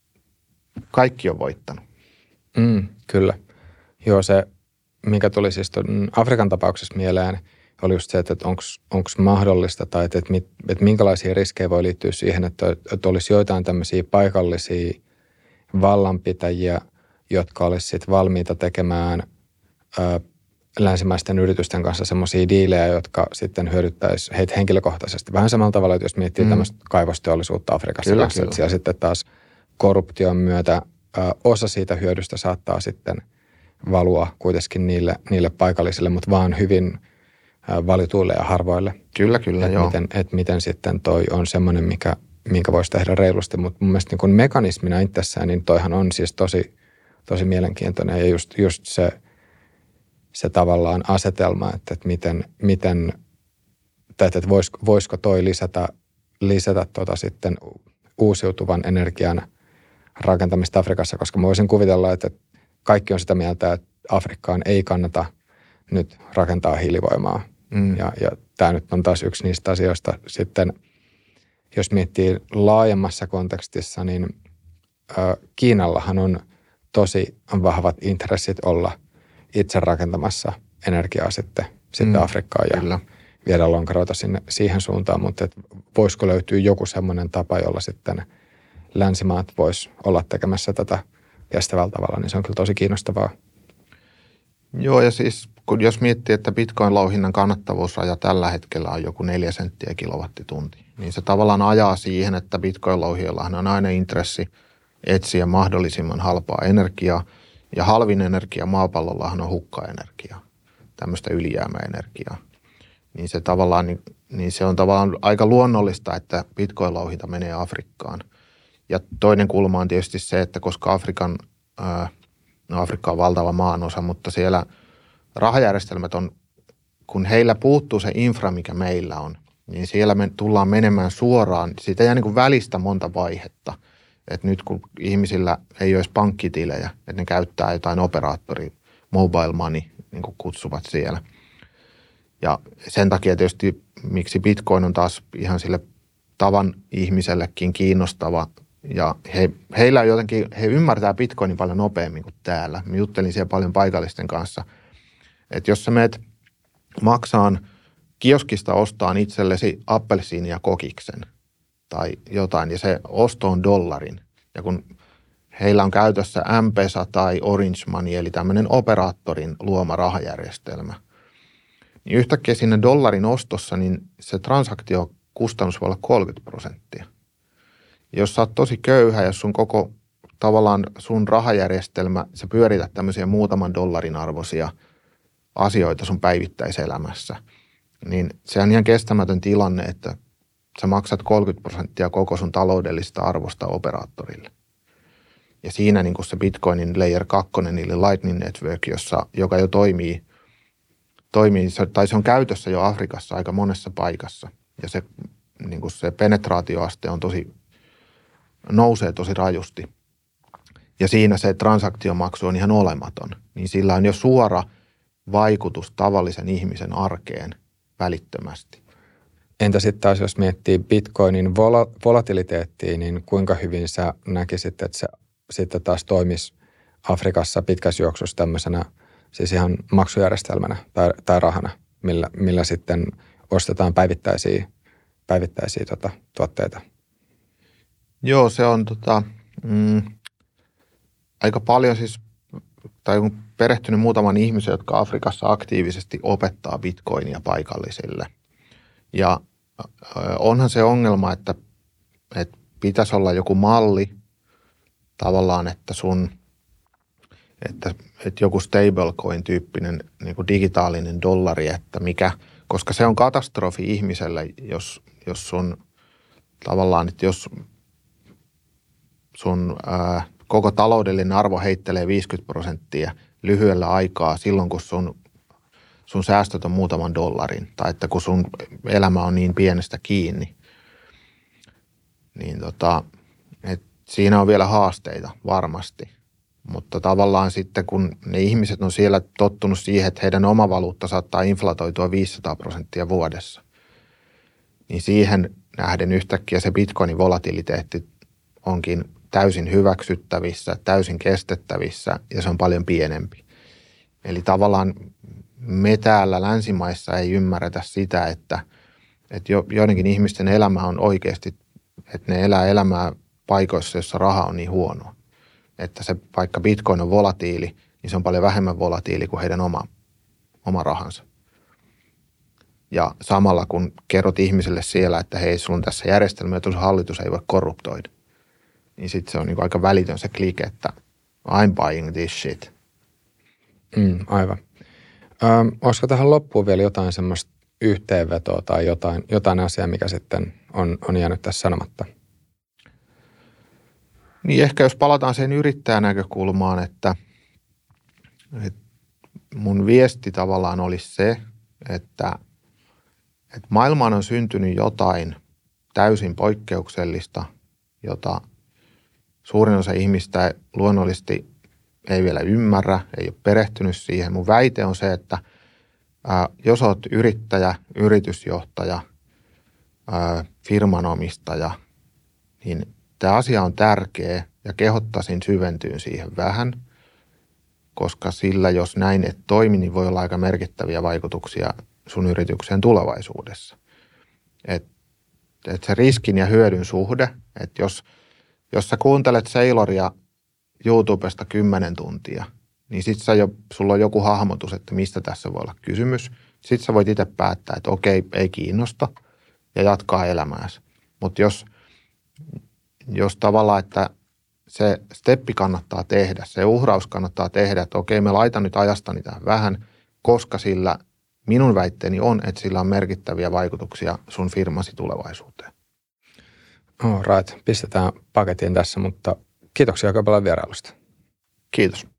kaikki on voittanut. Kyllä. Joo, se, mikä tuli siis Afrikan tapauksessa mieleen, oli just se, että onko mahdollista tai että minkälaisia riskejä voi liittyä siihen, että olisi joitain tämmöisiä paikallisia vallanpitäjiä, jotka olisi sitten valmiita tekemään länsimaisten yritysten kanssa semmoisia diilejä, jotka sitten hyödyttäisi heitä henkilökohtaisesti. Vähän samalla tavalla, että jos miettii tämmöistä kaivosteollisuutta Afrikassa, kyllä. Että siellä sitten taas korruption myötä osa siitä hyödystä saattaa sitten valua kuitenkin niille paikallisille, mutta vaan hyvin valituille ja harvoille. Kyllä, joo. Miten sitten toi on semmoinen, minkä voisi tehdä reilusti, mutta mun mielestä niin kuin mekanismina itsessään, niin toihan on siis tosi mielenkiintoinen ja just se tavallaan asetelma, että miten voisiko toi lisätä sitten uusiutuvan energian rakentamista Afrikassa, koska mä voisin kuvitella, että kaikki on sitä mieltä, että Afrikkaan ei kannata nyt rakentaa hiilivoimaa. Ja tämä nyt on taas yksi niistä asioista. Sitten jos miettii laajemmassa kontekstissa, niin Kiinallahan on tosi vahvat intressit olla itse rakentamassa energiaa sitten Afrikkaan ja kyllä. Viedä lonkeroita siihen suuntaan, mutta voisiko löytyä joku semmoinen tapa, jolla sitten länsimaat vois olla tekemässä tätä kestävällä tavalla, niin se on kyllä tosi kiinnostavaa. Joo, ja siis jos miettii, että bitcoin-louhinnan kannattavuusraja tällä hetkellä on joku 4 senttiä kilowattitunti, niin se tavallaan ajaa siihen, että bitcoin-louhijoillahan on aina intressi etsiä mahdollisimman halpaa energiaa, ja halvin energia maapallollahan on hukkaenergiaa, tämmöistä ylijäämäenergiaa. Niin se on tavallaan aika luonnollista, että bitcoin-louhinta menee Afrikkaan. Ja toinen kulma on tietysti se, että koska Afrikka on valtava maanosa, mutta siellä rahajärjestelmät on, kun heillä puuttuu se infra, mikä meillä on, niin siellä me tullaan menemään suoraan, siitä jää niin kuin välistä monta vaihetta. Että nyt kun ihmisillä ei ole edes pankkitilejä, että ne käyttää jotain operaattori, mobile money, niin kuin kutsuvat siellä. Ja sen takia tietysti, miksi Bitcoin on taas ihan sille tavan ihmisellekin kiinnostava. Ja heillä jotenkin, he ymmärtää Bitcoinin paljon nopeammin kuin täällä. Mä juttelin siellä paljon paikallisten kanssa, että jos sä meet maksaan kioskista ostaan itsellesi appelsiinia kokiksen tai jotain, ja se osto on $1. Ja kun heillä on käytössä M-Pesa tai Orange Money, eli tämmöinen operaattorin luoma rahajärjestelmä, niin yhtäkkiä siinä $1 ostossa, niin se transaktiokustannus voi olla 30%. Jos sä oot tosi köyhä, jos tavallaan sun rahajärjestelmä, sä pyörität tämmöisiä muutaman $1 arvoisia asioita sun päivittäiselämässä, niin se on ihan kestämätön tilanne, että sä maksat 30% koko sun taloudellisesta arvosta operaattorille. Ja siinä niin kuin se Bitcoinin Layer 2, eli Lightning Network, joka jo toimii, tai se on käytössä jo Afrikassa aika monessa paikassa. Ja se, niin kuin se penetraatioaste on nousee tosi rajusti. Ja siinä se transaktiomaksu on ihan olematon. Niin sillä on jo suora vaikutus tavallisen ihmisen arkeen välittömästi. Entä sitten taas, jos miettii Bitcoinin volatiliteettia, niin kuinka hyvin sä näkisit, että se sitten taas toimisi Afrikassa pitkässä juoksussa tämmöisenä siis ihan maksujärjestelmänä tai rahana, millä sitten ostetaan päivittäisiä tuotteita? Joo, se on aika paljon siis, tai on perehtynyt muutaman ihmisen, jotka Afrikassa aktiivisesti opettaa bitcoinia paikallisille. Ja onhan se ongelma, että pitäisi olla joku malli tavallaan, että joku stablecoin-tyyppinen niin kuin digitaalinen dollari, että koska se on katastrofi ihmiselle, jos sun tavallaan, että jos sun koko taloudellinen arvo heittelee 50% lyhyellä aikaa silloin, kun sun säästöt on muutaman dollarin, tai että kun sun elämä on niin pienestä kiinni, niin siinä on vielä haasteita varmasti. Mutta tavallaan sitten, kun ne ihmiset on siellä tottunut siihen, että heidän oma valuutta saattaa inflatoitua 500% vuodessa, niin siihen nähden yhtäkkiä se bitcoinin volatiliteetti onkin täysin hyväksyttävissä, täysin kestettävissä ja se on paljon pienempi. Eli tavallaan me täällä länsimaissa ei ymmärretä sitä, että joidenkin ihmisten elämä on oikeasti, että ne elää elämää paikoissa, jossa raha on niin huonoa. Että se vaikka bitcoin on volatiili, niin se on paljon vähemmän volatiili kuin heidän oma rahansa. Ja samalla kun kerrot ihmiselle siellä, että hei, sulla on tässä järjestelmä, jota sun hallitus ei voi korruptoida, niin sitten se on niin aika välitön se klike, että I'm buying this shit. Aivan. Olisiko tähän loppuun vielä jotain semmoista yhteenvetoa tai jotain asiaa, mikä sitten on jäänyt tässä sanomatta? Niin ehkä jos palataan sen yrittäjän näkökulmaan, että mun viesti tavallaan olisi se, että maailmaan on syntynyt jotain täysin poikkeuksellista, jota suurin osa ihmistä luonnollisesti ei vielä ymmärrä, ei ole perehtynyt siihen. Mun väite on se, että jos olet yrittäjä, yritysjohtaja, firmanomistaja, niin tämä asia on tärkeä ja kehottaisin syventyyn siihen vähän, koska sillä jos näin et toimi, niin voi olla aika merkittäviä vaikutuksia sun yritykseen tulevaisuudessa. Et se riskin ja hyödyn suhde, että jos sä kuuntelet Sayloria YouTubesta 10 tuntia, niin sulla on joku hahmotus, että mistä tässä voi olla kysymys. Sitten sä voit itse päättää, että okei, ei kiinnosta ja jatkaa elämääsi. Mutta jos tavallaan, että se steppi kannattaa tehdä, se uhraus kannattaa tehdä, että okei, mä laitan nyt ajastani tähän vähän, koska sillä minun väitteeni on, että sillä on merkittäviä vaikutuksia sun firmasi tulevaisuuteen. Right. Pistetään pakettiin tässä, mutta kiitoksia aika paljon vierailusta. Kiitos.